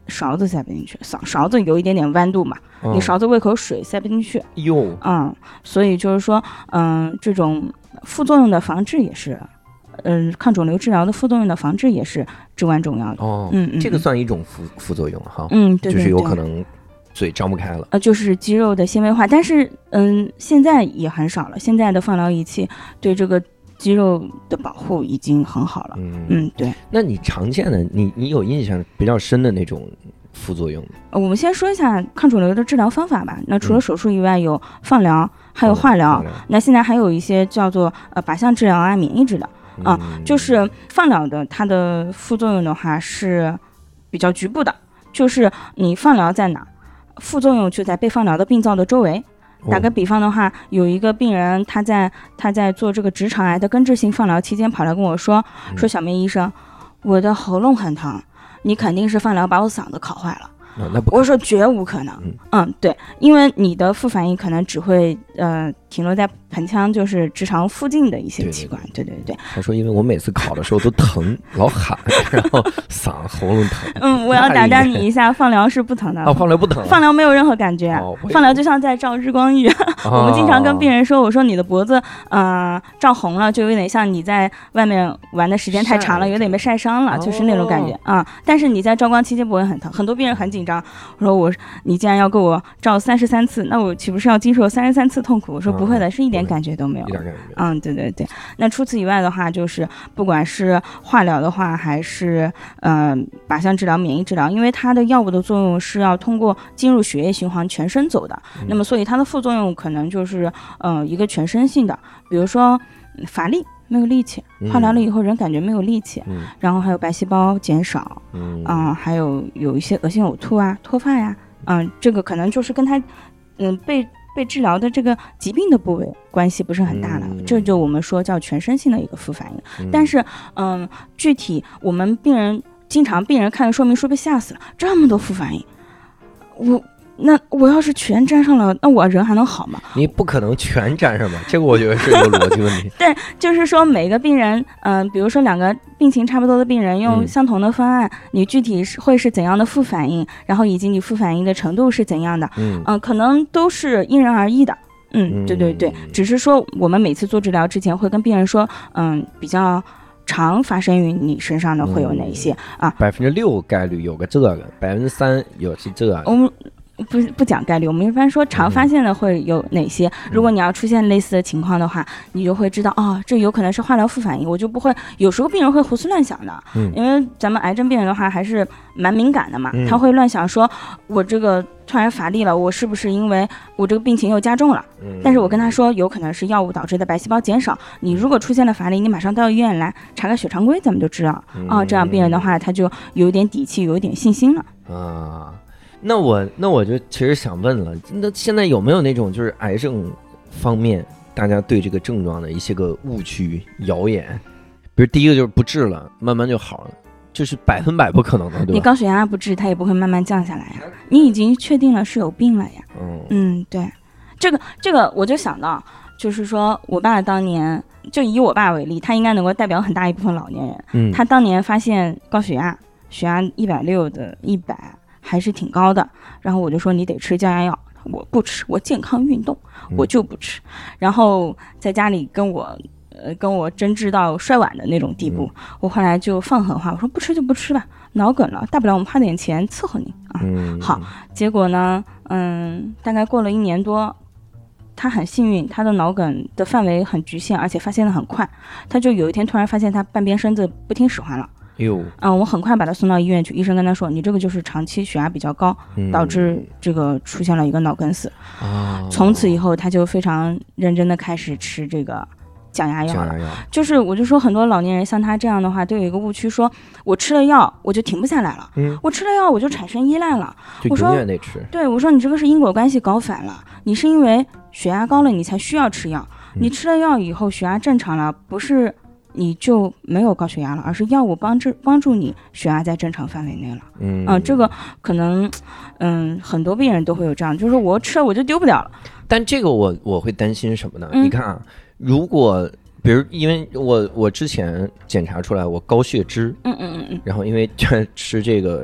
勺子塞不进去，勺子有一点点弯度嘛，你勺子喂口水塞不进去。所以就是说，这种副作用的防治也是，抗肿瘤治疗的副作用的防治也是至关重要的。 这个算一种副作用哈。 对， 就是有可能嘴张不开了。就是肌肉的纤维化，但是现在也很少了，现在的放疗仪器对这个肌肉的保护已经很好了。对。 那你常见的，你有印象比较深的那种副作用？ 我们先说一下抗肿瘤的治疗方法吧。那除了手术以外，有放疗，还有化疗。那现在还有一些叫做靶向治疗啊、免疫治疗就是放疗的，它的副作用的话是比较局部的，就是你放疗在哪，副作用就在被放疗的病灶的周围。打个比方的话，有一个病人他在做这个直肠癌的根治性放疗期间跑来跟我说小梅医生，我的喉咙很疼，你肯定是放疗把我嗓子烤坏了。我说绝无可能。对，因为你的副反应可能只会停留在盆腔，就是直肠附近的一些器官。对。 他说因为我每次烤的时候都疼，老喊，然后喉咙疼。 我要打断你一下，放疗是不疼的。 放疗不疼。 放疗没有任何感觉。放疗就像在照日光浴。我们经常跟病人说，我说你的脖子照红了，就有点像你在外面玩的时间太长了，有点被晒伤了，就是那种感觉但是你在照光期间不会很疼。很多病人很紧张，我说你既然要给我照33次，那我岂不是要经受33次痛苦？我说不会的，是一点感觉都没有。对。那除此以外的话，就是不管是化疗的话，还是靶向治疗、免疫治疗，因为它的药物的作用是要通过进入血液循环全身走的，那么所以它的副作用可能就是一个全身性的，比如说乏力。没有力气，化疗了以后人感觉没有力气，然后还有白细胞减少，还有一些恶心呕吐啊、脱发呀，这个可能就是跟他被治疗的这个疾病的部位关系不是很大了，这就我们说叫全身性的一个副反应。但是具体我们病人看了说明书被吓死了，这么多副反应，那我要是全沾上了，那我人还能好吗？ 你不可能全沾上吧？这个我觉得是有逻辑问题。 对，就是说每个病人，比如说2个病情差不多的病人用相同的方案，你具体会是怎样的副反应，然后以及你副反应的程度是怎样的，可能都是因人而异的。对，只是说我们每次做治疗之前会跟病人说，比较常发生于你身上的会有哪些 ？6%概率有个这个，3%有是这个。 我们不讲概率，我们一般说常发现的会有哪些。如果你要出现类似的情况的话，你就会知道这有可能是化疗副反应。我就不会，有时候病人会胡思乱想的，因为咱们癌症病人的话还是蛮敏感的嘛，他会乱想说，我这个突然乏力了，我是不是因为我这个病情又加重了？但是我跟他说，有可能是药物导致的白细胞减少。你如果出现了乏力，你马上到医院来查个血常规，咱们就知道这样病人的话他就有点底气，有一点信心了。 那我就其实想问了，那现在有没有那种就是癌症方面大家对这个症状的一些个误区谣言？比如第一个就是不治了，慢慢就好了，就是100%不可能的，对吧？ 你高血压不治，它也不会慢慢降下来呀。你已经确定了是有病了呀。对，这个我就想到，就是说我爸当年，就以我爸为例，他应该能够代表很大一部分老年人。他当年发现高血压160的100。还是挺高的，然后我就说你得吃降压药，我不吃，我健康运动，我就不吃。然后在家里跟我争执到摔碗的那种地步，我后来就放狠话，我说不吃就不吃吧，脑梗了，大不了我们花点钱伺候你好，结果呢，大概过了1年多，他很幸运，他的脑梗的范围很局限，而且发现的很快，他就有一天突然发现他半边身子不听使唤了。我很快把他送到医院去，医生跟他说，你这个就是长期血压比较高，导致这个出现了一个脑梗死。从此以后他就非常认真的开始吃这个降压药了。就是我就说很多老年人像他这样的话都有一个误区，说我吃了药我就停不下来了，我吃了药我就产生依赖了， 就永远得吃。 对，我说你这个是因果关系搞反了，你是因为血压高了你才需要吃药，你吃了药以后血压正常了，不是你就没有高血压了，而是药物帮助你血压在正常范围内了。这个可能很多病人都会有这样，就是我吃了我就丢不掉了。 但这个我会担心什么呢？你看如果比如因为我之前检查出来我高血脂，然后因为吃这个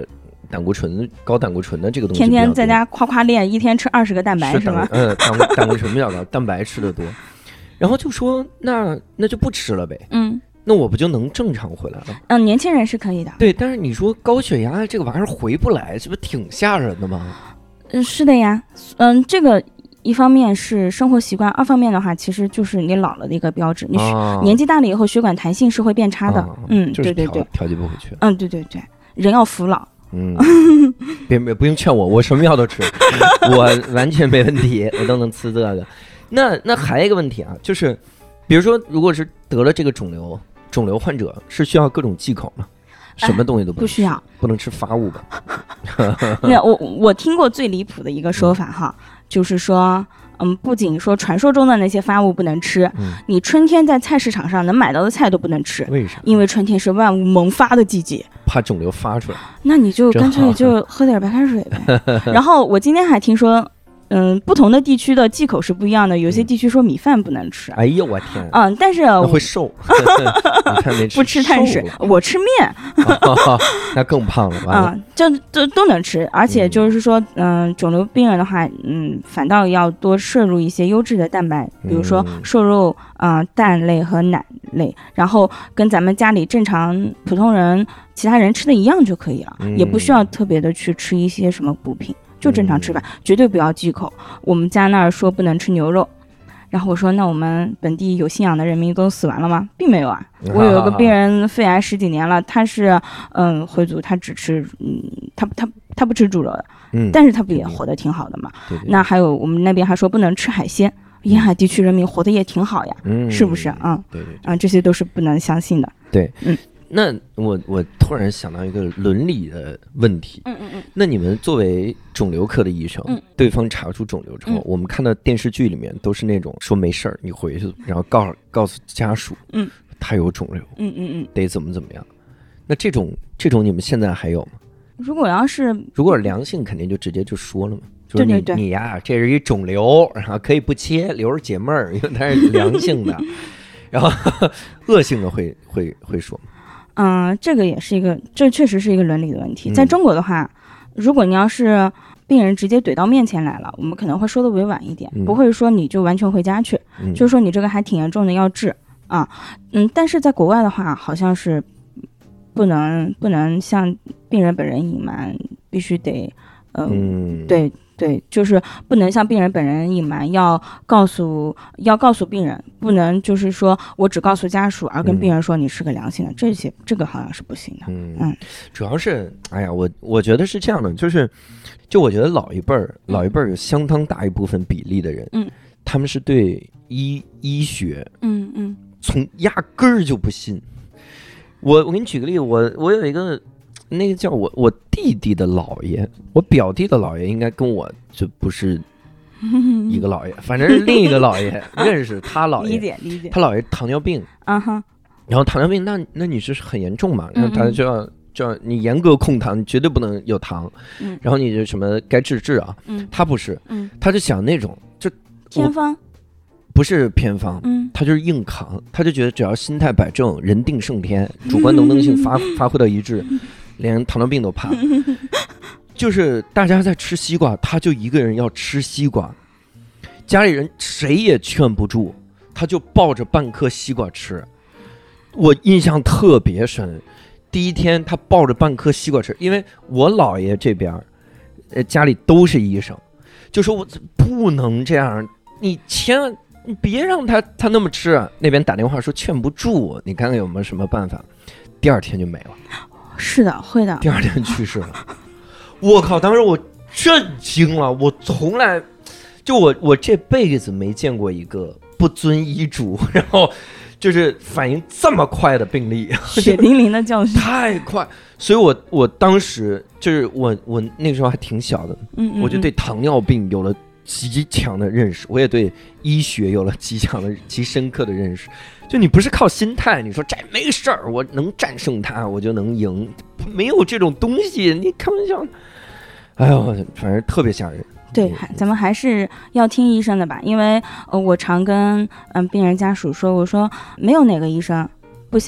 胆固醇高胆固醇的这个东西， 天天在家夸夸练，一天吃20个蛋白是吗？ 胆固醇比较高，蛋白吃的多。然后就说那就不吃了呗。那我不就能正常回来了？ 年轻人是可以的。 对，但是你说高血压这个玩意儿回不来，这不挺吓人的吗？ 是的呀。这个一方面是生活习惯，二方面的话，其实就是你老了的一个标志。你年纪大了以后，血管弹性是会变差的。 就是对， 调节不回去。 对，人要服老。 别不用劝我，我什么药都吃，我完全没问题，我都能吃这个。那还有一个问题啊，就是比如说，如果是得了这个肿瘤患者是需要各种忌口吗？什么东西都不需要， 不能吃发物吧？ 那我听过最离谱的一个说法哈，就是说，不仅说传说中的那些发物不能吃，你春天在菜市场上能买到的菜都不能吃。 为啥？ 因为春天是万物萌发的季节， 怕肿瘤发出来。 那你就干脆就喝点白开水呗。然后我今天还听说。不同的地区的忌口是不一样的，有些地区说米饭不能吃。 哎呦我天！ 但是那会瘦。你看没吃， 不吃碳水，我吃面。 那更胖了。 这都能吃，而且就是说，肿瘤病人的话，反倒要多摄入一些优质的蛋白，比如说瘦肉、蛋类和奶类，然后跟咱们家里正常普通人、其他人吃的一样就可以了，也不需要特别的去吃一些什么补品。就正常吃饭，绝对不要忌口。我们家那儿说不能吃牛肉，然后我说那我们本地有信仰的人民都死完了吗？并没有啊。我有个病人肺癌10几年了，他是回族，他只吃他不吃猪肉的，但是他不也活得挺好的嘛？ 对。 那还有我们那边还说不能吃海鲜，沿海地区人民活得也挺好呀，是不是啊？ 对。 这些都是不能相信的。 对，那我突然想到一个伦理的问题。那你们作为肿瘤科的医生，对方查出肿瘤之后，我们看到电视剧里面都是那种说没事儿，你回去，然后告诉家属，他有肿瘤，得怎么样。那这种你们现在还有吗？如果是良性，肯定就直接就说了嘛。就是你呀，这是一肿瘤，然后可以不切，留着解闷儿，因为它是良性的。然后恶性的会说吗？ 这个也是一个，这确实是一个伦理的问题。在中国的话，如果你要是病人直接怼到面前来了，我们可能会说的委婉一点，不会说你就完全回家去，就是说你这个还挺严重的要治啊。但是在国外的话，好像是不能向病人本人隐瞒，必须得对，就是不能向病人本人隐瞒，要告诉病人，不能就是说我只告诉家属，而跟病人说你是个良性的，这个好像是不行的。 主要是，哎呀，我觉得是这样的，就我觉得老一辈儿有相当大一部分比例的人，他们是对医学，从压根儿就不信。我给你举个例子，我有一个。那个叫我弟弟的姥爷，我表弟的姥爷应该跟我就不是一个姥爷，反正是另一个姥爷认识他姥爷， 理解。 他姥爷糖尿病，然后糖尿病那你是很严重嘛，然后他就要你严格控糖，你绝对不能有糖，然后你就什么该治啊，他不是，他就想那种就偏方。 不是偏方，他就是硬扛，他就觉得只要心态摆正，人定胜天，主观能动性发挥到一致，连糖尿病都怕。就是大家在吃西瓜，他就一个人要吃西瓜，家里人谁也劝不住，他就抱着半颗西瓜吃。我印象特别深，第一天他抱着半颗西瓜吃，因为我姥爷这边，家里都是医生，就说我不能这样，你别让他那么吃，那边打电话说劝不住，你看看有没有什么办法。第二天就没了。 是的，会的。 第二天去世了。我靠！当时我震惊了，我从来就我这辈子没见过一个不遵医嘱，然后就是反应这么快的病例， 血淋淋的教训， 太快。所以我当时就是我那个时候还挺小的，我就对糖尿病有了极强的认识，我也对医学有了极深刻的认识。就你不是靠心态，你说这没事儿，我能战胜它，我就能赢，没有这种东西，你开玩笑。哎呦，反正特别吓人。 对，咱们还是要听医生的吧，因为我常跟病人家属说，我说没有哪个医生不想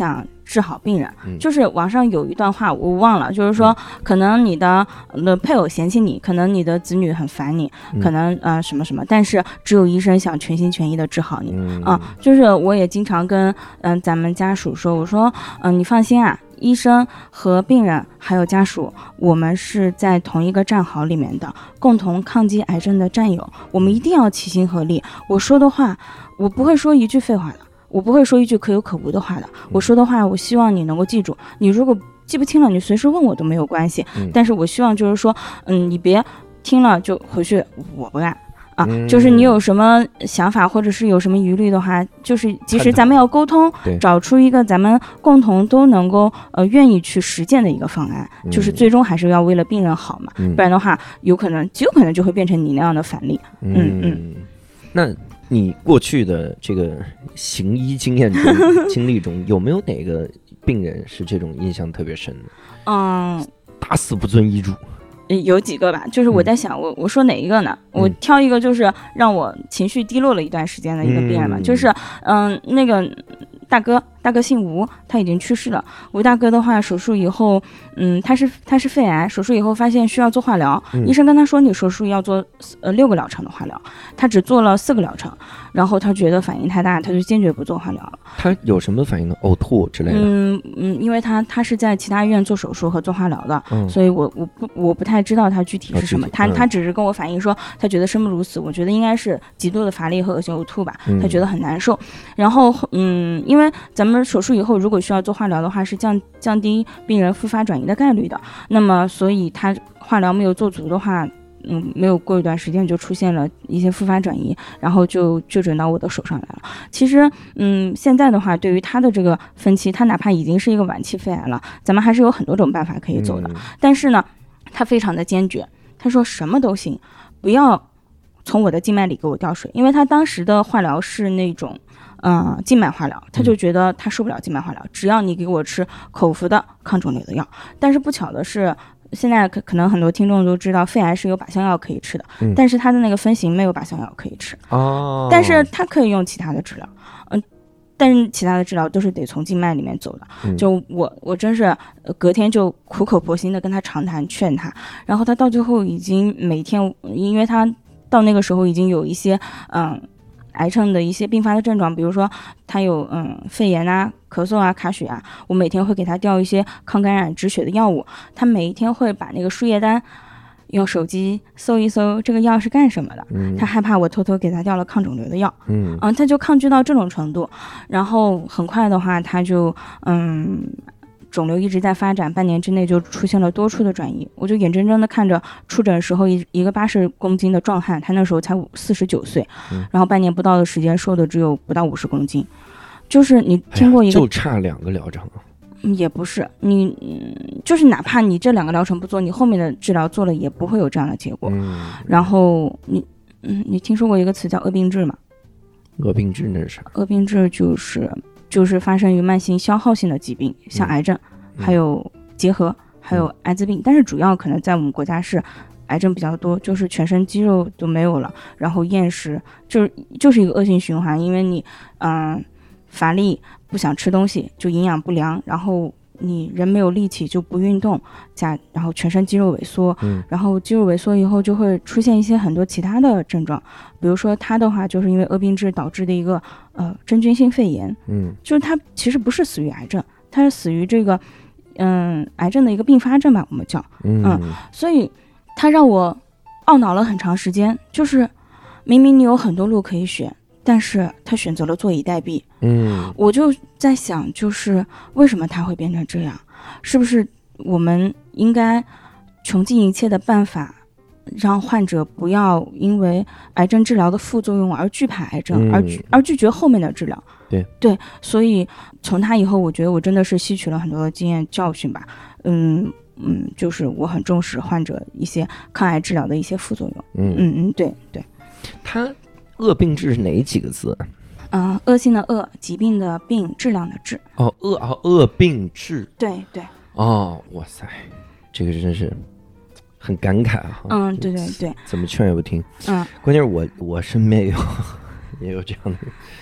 治好病人。就是网上有一段话我忘了，就是说可能你的配偶嫌弃你，可能你的子女很烦你，可能什么什么，但是只有医生想全心全意的治好你。就是我也经常跟咱们家属说，我说你放心啊，医生和病人还有家属，我们是在同一个战壕里面的，共同抗击癌症的战友，我们一定要齐心合力。我说的话，我不会说一句废话的，我不会说一句可有可无的话的。我说的话，我希望你能够记住，你如果记不清了，你随时问我都没有关系。但是我希望就是说，你别听了就回去我不干。就是你有什么想法或者是有什么疑虑的话，就是即使咱们要沟通，找出一个咱们共同都能够愿意去实践的一个方案，就是最终还是要为了病人好嘛，不然的话有可能就会变成你那样的反例。 那你过去的这个行医经验中经历中，有没有哪个病人是这种印象特别深的？打死不遵医嘱。 有几个吧，就是我在想，我说哪一个呢？我挑一个，就是让我情绪低落了一段时间的一个病人嘛，就是那个大哥姓吴，他已经去世了。吴大哥的话，手术以后，他是肺癌，手术以后发现需要做化疗，医生跟他说你手术要做6个疗程的化疗，他只做了4个疗程，然后他觉得反应太大，他就坚决不做化疗了。 他有什么反应呢？呕吐之类的？ 因为他是在其他医院做手术和做化疗的，所以我不太知道他具体是什么。他只是跟我反映说，他觉得生不如死，我觉得应该是极度的乏力和恶心呕吐吧，他觉得很难受。然后因为咱们手术以后如果需要做化疗的话，是降低病人复发转移的概率的，那么所以他化疗没有做足的话，没有过一段时间就出现了一些复发转移，然后就确诊到我的手上来了。其实现在的话，对于他的这个分期，他哪怕已经是一个晚期肺癌了，咱们还是有很多种办法可以走的。但是呢，他非常的坚决，他说什么都行，不要从我的静脉里给我吊水，因为他当时的化疗是那种静脉化疗，他就觉得他受不了静脉化疗，只要你给我吃口服的抗肿瘤的药。但是不巧的是，现在可能很多听众都知道，肺癌是有靶向药可以吃的，但是他的那个分型没有靶向药可以吃。但是他可以用其他的治疗，但是其他的治疗都是得从静脉里面走的。就我真是隔天就苦口婆心的跟他长谈劝他，然后他到最后已经每天，因为他到那个时候已经有一些癌症的一些并发的症状，比如说他有肺炎啊、咳嗽啊、卡血啊，我每天会给他调一些抗感染止血的药物，他每一天会把那个输液单用手机搜一搜这个药是干什么的，他害怕我偷偷给他调了抗肿瘤的药，他就抗拒到这种程度，然后很快的话他就肿瘤一直在发展，半年之内就出现了多处的转移，我就眼睁睁的看着出诊时候一个80公斤的壮汉，他那时候才49岁，然后半年不到的时间瘦的只有不到50公斤。就是你听过一个， 就差2个疗程也不是，你就是哪怕你这2个疗程不做，你后面的治疗做了也不会有这样的结果。然后你听说过一个词叫恶病质吗？ 恶病质那是啥？ 恶病质就是发生于慢性消耗性的疾病，像癌症，还有结核，还有艾滋病，但是主要可能在我们国家是癌症比较多，就是全身肌肉都没有了，然后厌食，就是一个恶性循环，因为你乏力，不想吃东西，就营养不良，然后你人没有力气就不运动，然后全身肌肉萎缩，然后肌肉萎缩以后就会出现一些很多其他的症状，比如说它的话就是因为恶病质导致的一个真菌性肺炎，就是它其实不是死于癌症，它是死于这个癌症的一个并发症吧，我们叫所以它让我懊恼了很长时间，就是明明你有很多路可以选，但是他选择了坐以待毙。我就在想，就是为什么他会变成这样？是不是我们应该穷尽一切的办法，让患者不要因为癌症治疗的副作用而惧怕癌症，而拒绝后面的治疗？对，所以从他以后，我觉得我真的是吸取了很多的经验教训吧。就是我很重视患者一些抗癌治疗的一些副作用。对。 他恶病质是哪几个字？ 恶性的恶，疾病的病，质量的质。 恶病质。 对。 哇塞，这个真是很感慨啊。 对， 怎么劝也不听。关键是我身边也有这样的人。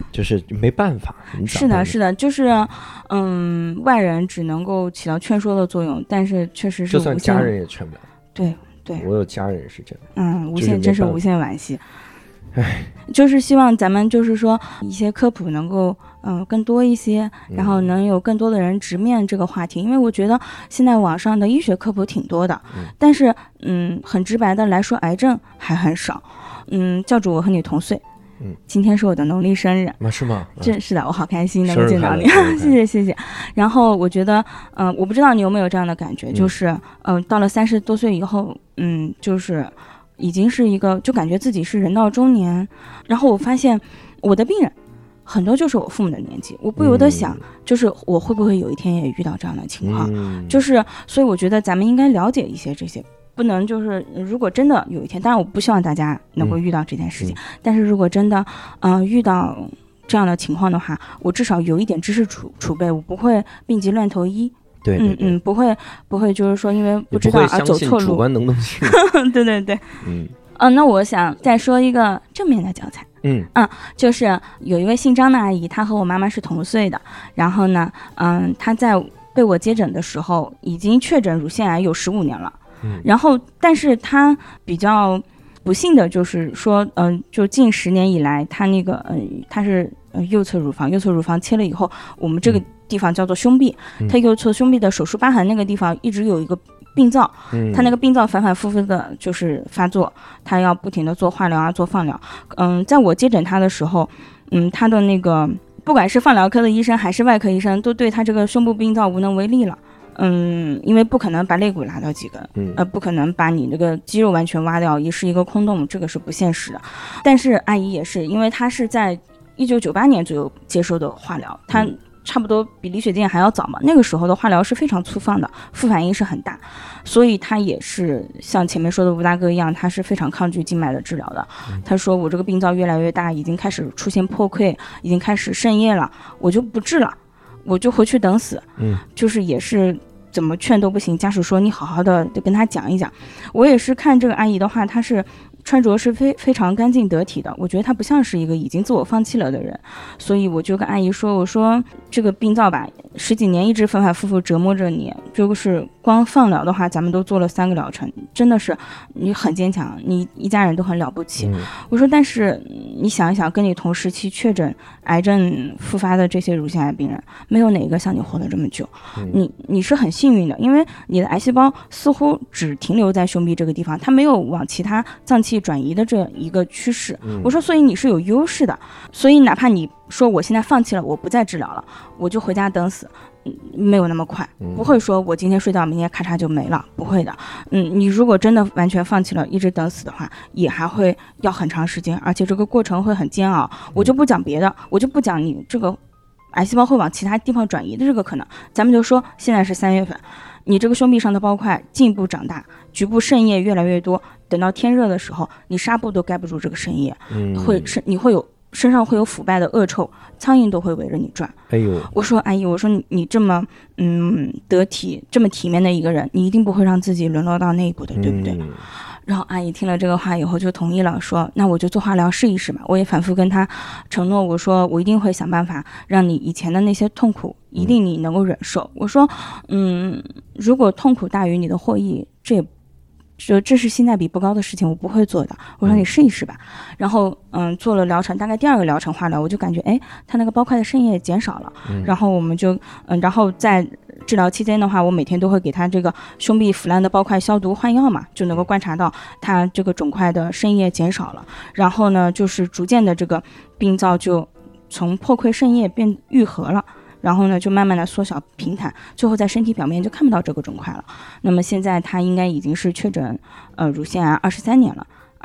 就是没办法。 是的，是的，就是外人只能够起到劝说的作用，但是确实是就算家人也劝不了。 对对， 我有家人是这样。 无限真是无限惋惜。就是希望咱们就是说一些科普能够更多一些，然后能有更多的人直面这个话题，因为我觉得现在网上的医学科普挺多的，但是很直白的来说，癌症还很少。教主，我和你同岁，今天是我的农历生日。 是吗？ 是的，我好开心能够见到你，谢谢。然后我觉得我不知道你有没有这样的感觉，就是到了30多岁以后，就是已经是一个就感觉自己是人到中年，然后我发现我的病人很多就是我父母的年纪，我不由得想，就是我会不会有一天也遇到这样的情况，就是所以我觉得咱们应该了解一些这些，不能就是如果真的有一天，当然我不希望大家能够遇到这件事情，但是如果真的遇到这样的情况的话，我至少有一点知识储备，我不会病急乱投医。 对， 不会就是说因为不知道而走错路， 主观能动性。 对，那我想再说一个正面的教材。就是有一位姓张的阿姨，她和我妈妈是同岁的，然后呢，她在被我接诊的时候已经确诊乳腺癌有15年了，然后但是她比较不幸的就是说，就近10年以来，她那个她是右侧乳房切了以后，我们这个地方叫做胸壁，她右侧胸壁的手术疤痕那个地方一直有一个病灶，她那个病灶反反复复的就是发作，她要不停的做化疗啊，做放疗。在我接诊她的时候，她的那个不管是放疗科的医生还是外科医生，都对她这个胸部病灶无能为力了。因为不可能把肋骨拉掉几根，不可能把你这个肌肉完全挖掉，也是一个空洞，这个是不现实的。但是阿姨也是，因为她是在1998年左右接受的化疗，她差不多比李雪健还要早嘛，那个时候的化疗是非常粗放的，副反应是很大，所以他也是像前面说的吴大哥一样，他是非常抗拒静脉的治疗的。他说我这个病灶越来越大，已经开始出现破溃，已经开始渗液了，我就不治了，我就回去等死。就是也是怎么劝都不行，家属说你好好的跟他讲一讲。我也是看这个阿姨的话，她是穿着是非常干净得体的，我觉得她不像是一个已经自我放弃了的人，所以我就跟阿姨说，我说这个病灶吧10几年一直反反复复折磨着你，就是光放疗的话咱们都做了3个疗程，真的是你很坚强，你一家人都很了不起。我说但是你想一想，跟你同时期确诊癌症复发的这些乳腺癌病人，没有哪个像你活得这么久，你是很幸运的，因为你的癌细胞似乎只停留在胸壁这个地方，它没有往其他脏器转移的这一个趋势。我说所以你是有优势的，所以哪怕你说我现在放弃了，我不再治疗了，我就回家等死，没有那么快，不会说我今天睡觉明天咔嚓就没了，不会的。你如果真的完全放弃了一直等死的话，也还会要很长时间，而且这个过程会很煎熬。我就不讲别的，我就不讲你这个癌细胞会往其他地方转移的这个可能，咱们就说现在是3月份，你这个胸壁上的包块进一步长大，局部渗液越来越多，等到天热的时候，你纱布都盖不住这个渗液，你会有身上会有腐败的恶臭，苍蝇都会围着你转。我说阿姨，我说你这么得体这么体面的一个人，你一定不会让自己沦落到那一步的，对不对？然后阿姨听了这个话以后就同意了，说那我就做化疗试一试吧。我也反复跟她承诺，我说我一定会想办法让你以前的那些痛苦一定你能够忍受。我说如果痛苦大于你的获益，这是性价比不高的事情，我不会做的。我说你试一试吧。然后做了疗程，大概第2个疗程化疗，我就感觉它那个包块的渗液减少了。然后我们就然后在治疗期间的话，我每天都会给他这个胸壁腐烂的包块消毒换药嘛，就能够观察到他这个肿块的渗液减少了。然后呢，就是逐渐的这个病灶就从破溃渗液变愈合了。然后呢，就慢慢的缩小平坦，最后在身体表面就看不到这个肿块了。那么现在他应该已经是确诊乳腺癌23年了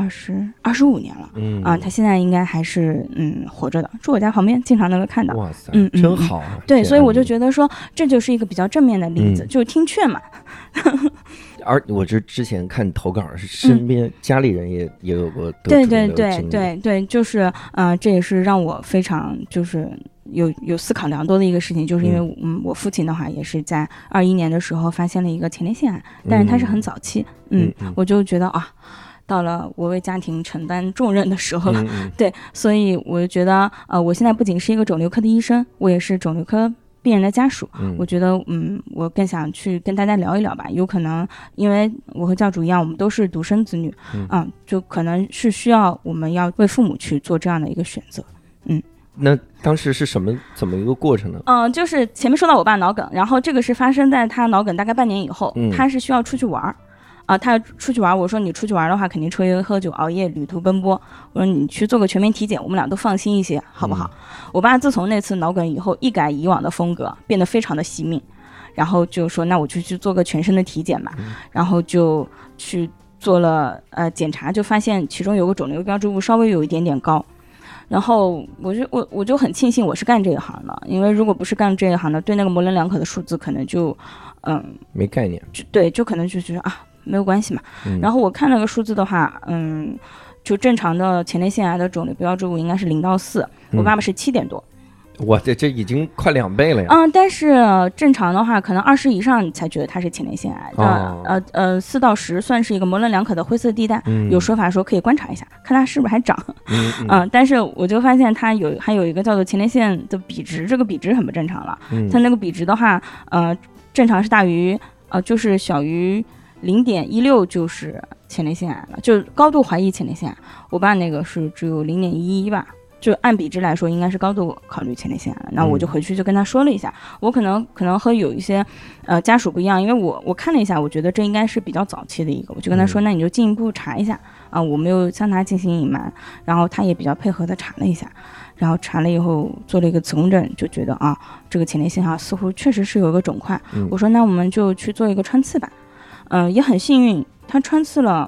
，25年了。他现在应该还是活着的，住我家旁边，经常能够看到。 哇塞，真好啊！ 对，所以我就觉得说，这就是一个比较正面的例子，就是听劝嘛。 而我之前看投稿是身边家里人也有过得对，就是这也是让我非常就是有思考良多的一个事情，就是因为我父亲的话也是在21年的时候发现了一个前列腺癌，但是他是很早期，我就觉得到了我为家庭承担重任的时候了。对，所以我就觉得我现在不仅是一个肿瘤科的医生，我也是肿瘤科病人的家属。我觉得我更想去跟大家聊一聊吧。有可能因为我和教主一样，我们都是独生子女，就可能是需要我们要为父母去做这样的一个选择。 那当时是怎么一个过程呢？ 就是前面说到我爸脑梗，然后这个是发生在他脑梗大概半年以后，他是需要出去玩他出去玩，我说你出去玩的话肯定抽烟喝酒熬夜旅途奔波，我说你去做个全面体检，我们俩都放心一些好不好？我爸自从那次脑梗以后一改以往的风格，变得非常的惜命，然后就说那我就去做个全身的体检吧，然后就去做了检查，就发现其中有个肿瘤标志物稍微有一点点高。然后我就很庆幸我是干这一行的，因为如果不是干这一行的，对那个模棱两可的数字可能就没概念， 就可能就觉得没有关系嘛。然后我看那个数字的话，就正常的前列腺癌的肿瘤标志物应该是0到4，我爸爸是7点多。 哇，这已经快2倍了呀！ 但是正常的话，可能20以上才觉得它是前列腺癌。4到10算是一个模棱两可的灰色地带。有说法说可以观察一下，看它是不是还长。但是我就发现它还有一个叫做前列腺的比值，这个比值很不正常了。它那个比值的话，正常是大于就是小于0.16就是前列腺癌了，就高度怀疑前列腺癌。我爸那个是只有0.11吧。就按比值来说，应该是高度考虑前列腺癌了。那我就回去就跟他说了一下，我可能和有一些家属不一样，因为我看了一下，我觉得这应该是比较早期的一个，我就跟他说，那你就进一步查一下我没有向他进行隐瞒，然后他也比较配合的查了一下，然后查了以后做了一个磁共振，就觉得这个前列腺似乎确实是有一个肿块。我说那我们就去做一个穿刺吧。也很幸运，他穿刺了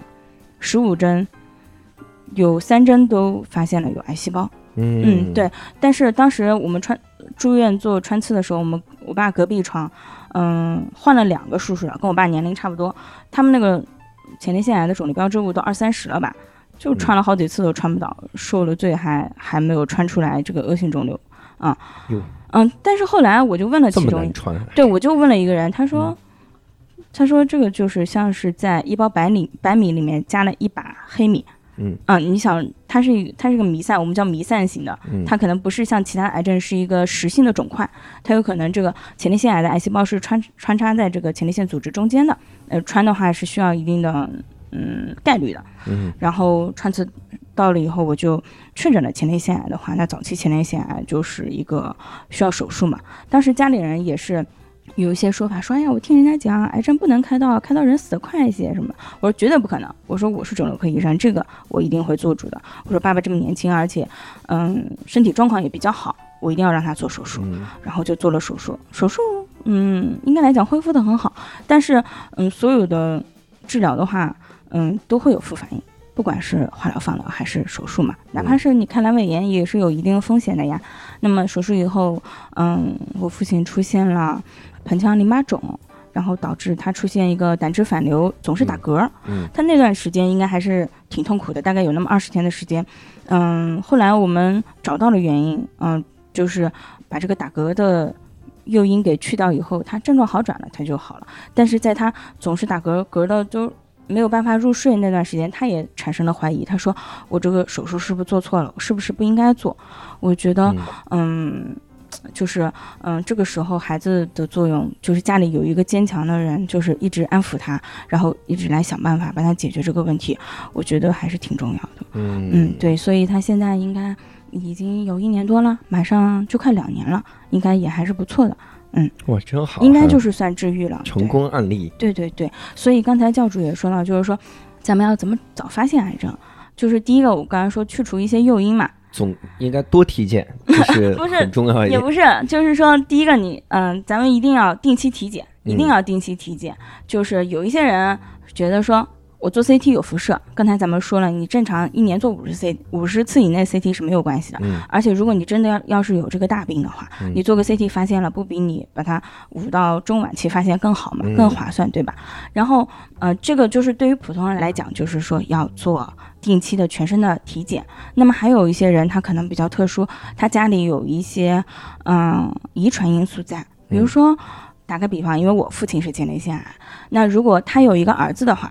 15针，有3针都发现了有癌细胞。对。但是当时我们住院做穿刺的时候，我爸隔壁床，换了2个叔叔了，跟我爸年龄差不多，他们那个前列腺癌的肿瘤标志物都20-30了吧，就穿了好几次都穿不到，受了罪还没有穿出来这个恶性肿瘤但是后来我就问了其中对，我就问了一个人，他说这个就是像是在一包白米里面加了一把黑米。你想它是个弥散，我们叫弥散型的，它可能不是像其他癌症是一个实性的肿块，它有可能这个前列腺癌的癌细胞是穿插在这个前列腺组织中间的，穿的话是需要一定的概率的。然后穿刺到了以后，我就确诊了前列腺癌的话，那早期前列腺癌就是一个需要手术嘛。当时家里人也是有一些说法说，哎呀，我听人家讲癌症不能开刀人死得快一些什么。我说绝对不可能，我说我是肿瘤科医生，这个我一定会做主的。我说爸爸这么年轻，而且身体状况也比较好，我一定要让他做手术。然后就做了手术应该来讲恢复得很好，但是所有的治疗的话都会有副反应，不管是化疗放疗还是手术嘛，哪怕是你开阑尾炎也是有一定风险的呀。那么手术以后我父亲出现了盆腔淋巴肿，然后导致他出现一个胆汁反流，总是打嗝。他那段时间应该还是挺痛苦的，大概有那么20天的时间。后来我们找到了原因，就是把这个打嗝的诱因给去掉以后，他症状好转了，他就好了。但是在他总是打嗝的都没有办法入睡那段时间，他也产生了怀疑，他说我这个手术是不是做错了，是不是不应该做。我觉得就是这个时候孩子的作用就是家里有一个坚强的人，就是一直安抚他，然后一直来想办法帮他解决这个问题，我觉得还是挺重要的。对，所以他现在应该已经有1年多了，马上就快2年了，应该也还是不错的。 哇，真好， 应该就是算治愈了， 成功案例。 对，所以刚才教主也说了，就是说咱们要怎么早发现癌症，就是第一个我刚才说去除一些诱因嘛， 总应该多体检，这是很重要一点。 也不是，就是说第一个你咱们一定要定期体检，就是有一些人觉得说我做 CT 有辐射，刚才咱们说了，你正常1年做50次以内 CT 是没有关系的。而且如果你真的要是有这个大病的话，你做个 CT 发现了，不比你把它5到中晚期发现更好嘛，更划算，对吧？然后这个就是对于普通人来讲，就是说要做定期的全身的体检。那么还有一些人他可能比较特殊，他家里有一些遗传因素在，比如说打个比方，因为我父亲是前列腺癌，那如果他有一个儿子的话，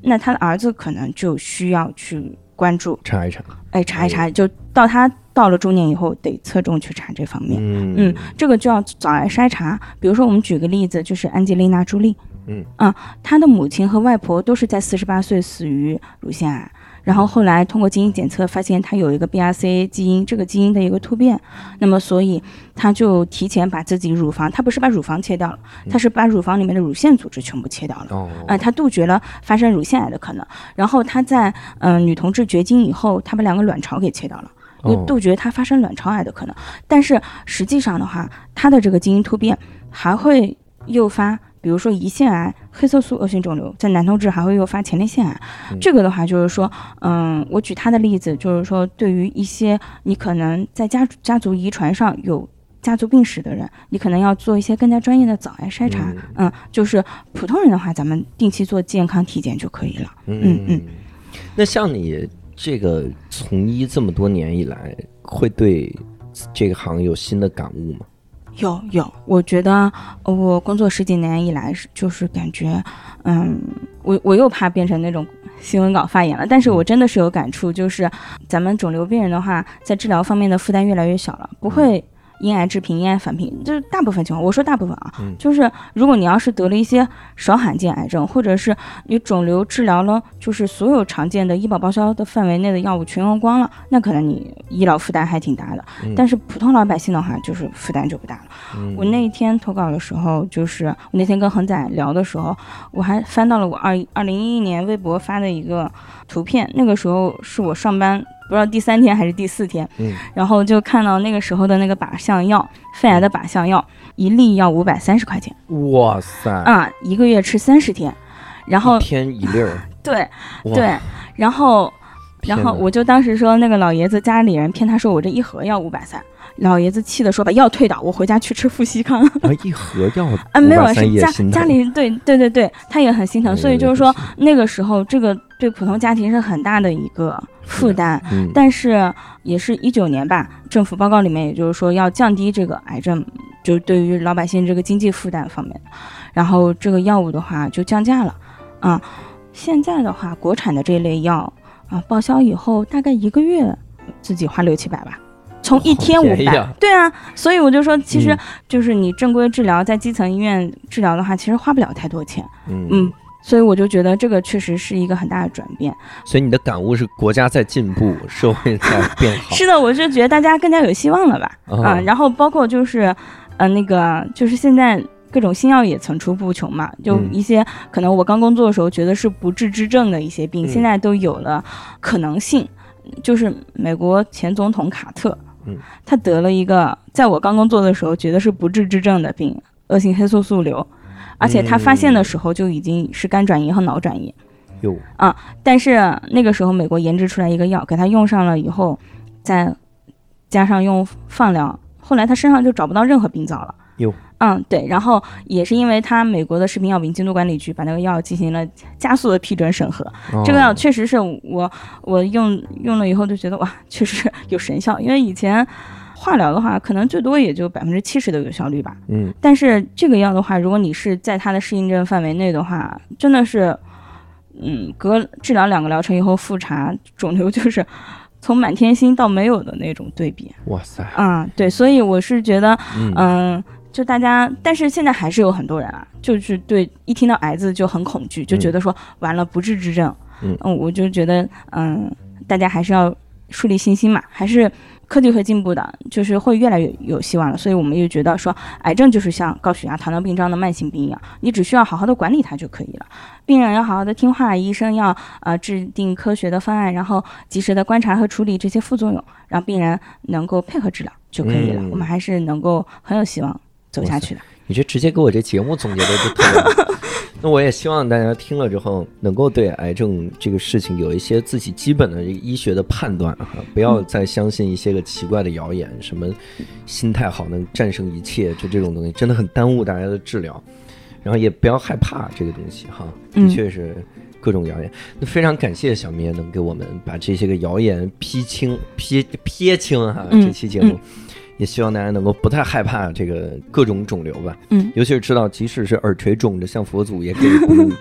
那他的儿子可能就需要去关注查一查， 查一查，就他到了中年以后得侧重去查这方面。这个就要早来筛查。比如说我们举个例子，就是安吉丽娜·朱莉，她的母亲和外婆都是在48岁死于乳腺癌。然后后来通过基因检测发现他有一个 BRCA 基因，这个基因的一个突变，那么所以他就提前把自己乳房，他不是把乳房切掉了，他是把乳房里面的乳腺组织全部切掉了，他杜绝了发生乳腺癌的可能。然后他在女同志绝经以后，他把2个卵巢给切掉了，又杜绝他发生卵巢癌的可能。但是实际上的话，他的这个基因突变还会诱发比如说胰腺癌、黑色素恶性肿瘤，在男同志还会诱发前列腺癌。这个的话就是说，我举他的例子，就是说对于一些你可能在家族遗传上有家族病史的人，你可能要做一些更加专业的早癌筛查。就是普通人的话，咱们定期做健康体检就可以了。 那像你这个从医这么多年以来，会对这个行有新的感悟吗？ 有，我觉得我工作10几年以来，就是感觉，我又怕变成那种新闻稿发言了，但是我真的是有感触，就是咱们肿瘤病人的话，在治疗方面的负担越来越小了，不会因癌致贫、因癌返贫，就是大部分情况，我说大部分啊，就是如果你要是得了一些少罕见癌症，或者是你肿瘤治疗了，就是所有常见的医保报销的范围内的药物全用光了，那可能你医疗负担还挺大的。但是普通老百姓的话，就是负担就不大了。我那一天投稿的时候，就是我那天跟恒仔聊的时候，我还翻到了我2011年微博发的一个图片，那个时候是我上班不知道第3天还是第4天，然后就看到那个时候的那个靶向药，肺癌的靶向药，1粒要530块钱。 哇塞 ！1个月吃30天，然后 1天1粒儿。 对，然后我就当时说那个老爷子家里人骗他说我这1盒要530，老爷子气的说把药退倒，我回家去吃富硒康。 1盒药没有，是家里对，他也很心疼，所以就是说那个时候这个对普通家庭是很大的一个负担。但是也是19年吧，政府报告里面也就是说要降低这个癌症，就对于老百姓这个经济负担方面，然后这个药物的话就降价了现在的话国产的这类药报销以后大概1个月自己花600-700吧，从1天500。对啊，所以我就说其实就是你正规治疗在基层医院治疗的话，其实花不了太多钱。所以我就觉得这个确实是一个很大的转变。 所以你的感悟是国家在进步，社会在变好。 是的，我就觉得大家更加有希望了吧。然后包括就是那个就是现在各种新药也层出不穷嘛，就一些可能我刚工作的时候觉得是不治之症的一些病，现在都有了可能性。就是美国前总统卡特，他得了一个在我刚工作的时候觉得是不治之症的病，恶性黑素素瘤，而且他发现的时候就已经是肝转移和脑转移。但是那个时候美国研制出来一个药，给他用上了以后，再加上用放疗，后来他身上就找不到任何病灶了。对，然后也是因为他美国的食品药品监督管理局把那个药进行了加速的批准审核。这个药确实是我用了以后就觉得哇，确实有神效。因为以前化疗的话可能最多也就70%的有效率吧，但是这个药的话，如果你是在它的适应症范围内的话，真的是治疗2个疗程以后复查肿瘤就是从满天星到没有的那种对比。 哇塞！ 对，所以我是觉得就大家，但是现在还是有很多人就是对一听到癌字就很恐惧，就觉得说完了不治之症。我就觉得大家还是要树立信心嘛，还是科技会进步的，就是会越来越有希望了。所以我们又觉得说癌症就是像高血压、糖尿病这样的慢性病一样，你只需要好好的管理它就可以了。病人要好好的听话，医生要制定科学的方案，然后及时的观察和处理这些副作用，让病人能够配合治疗就可以了。我们还是能够很有希望走下去的。 你这直接给我这节目总结的就特别好。那我也希望大家听了之后能够对癌症这个事情有一些自己基本的医学的判断不要再相信一些个奇怪的谣言，什么心态好能战胜一切，就这种东西真的很耽误大家的治疗。然后也不要害怕这个东西的确是各种谣言。那非常感谢小咩能给我们把这些个谣言撇清这期节目。也希望大家能够不太害怕这个各种肿瘤吧，尤其是知道即使是耳垂肿着像佛祖也可以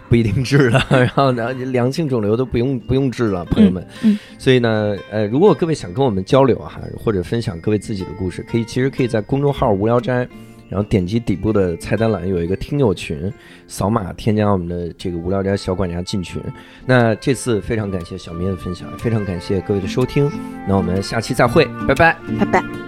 不一定治了，然后呢，良性肿瘤都不用治了，朋友们。所以呢，如果各位想跟我们交流哈，或者分享各位自己的故事，其实可以在公众号无聊斋，然后点击底部的菜单栏有一个听友群，扫码添加我们的这个无聊斋小管家进群。那这次非常感谢小咩的分享，非常感谢各位的收听，那我们下期再会，拜拜， 拜拜。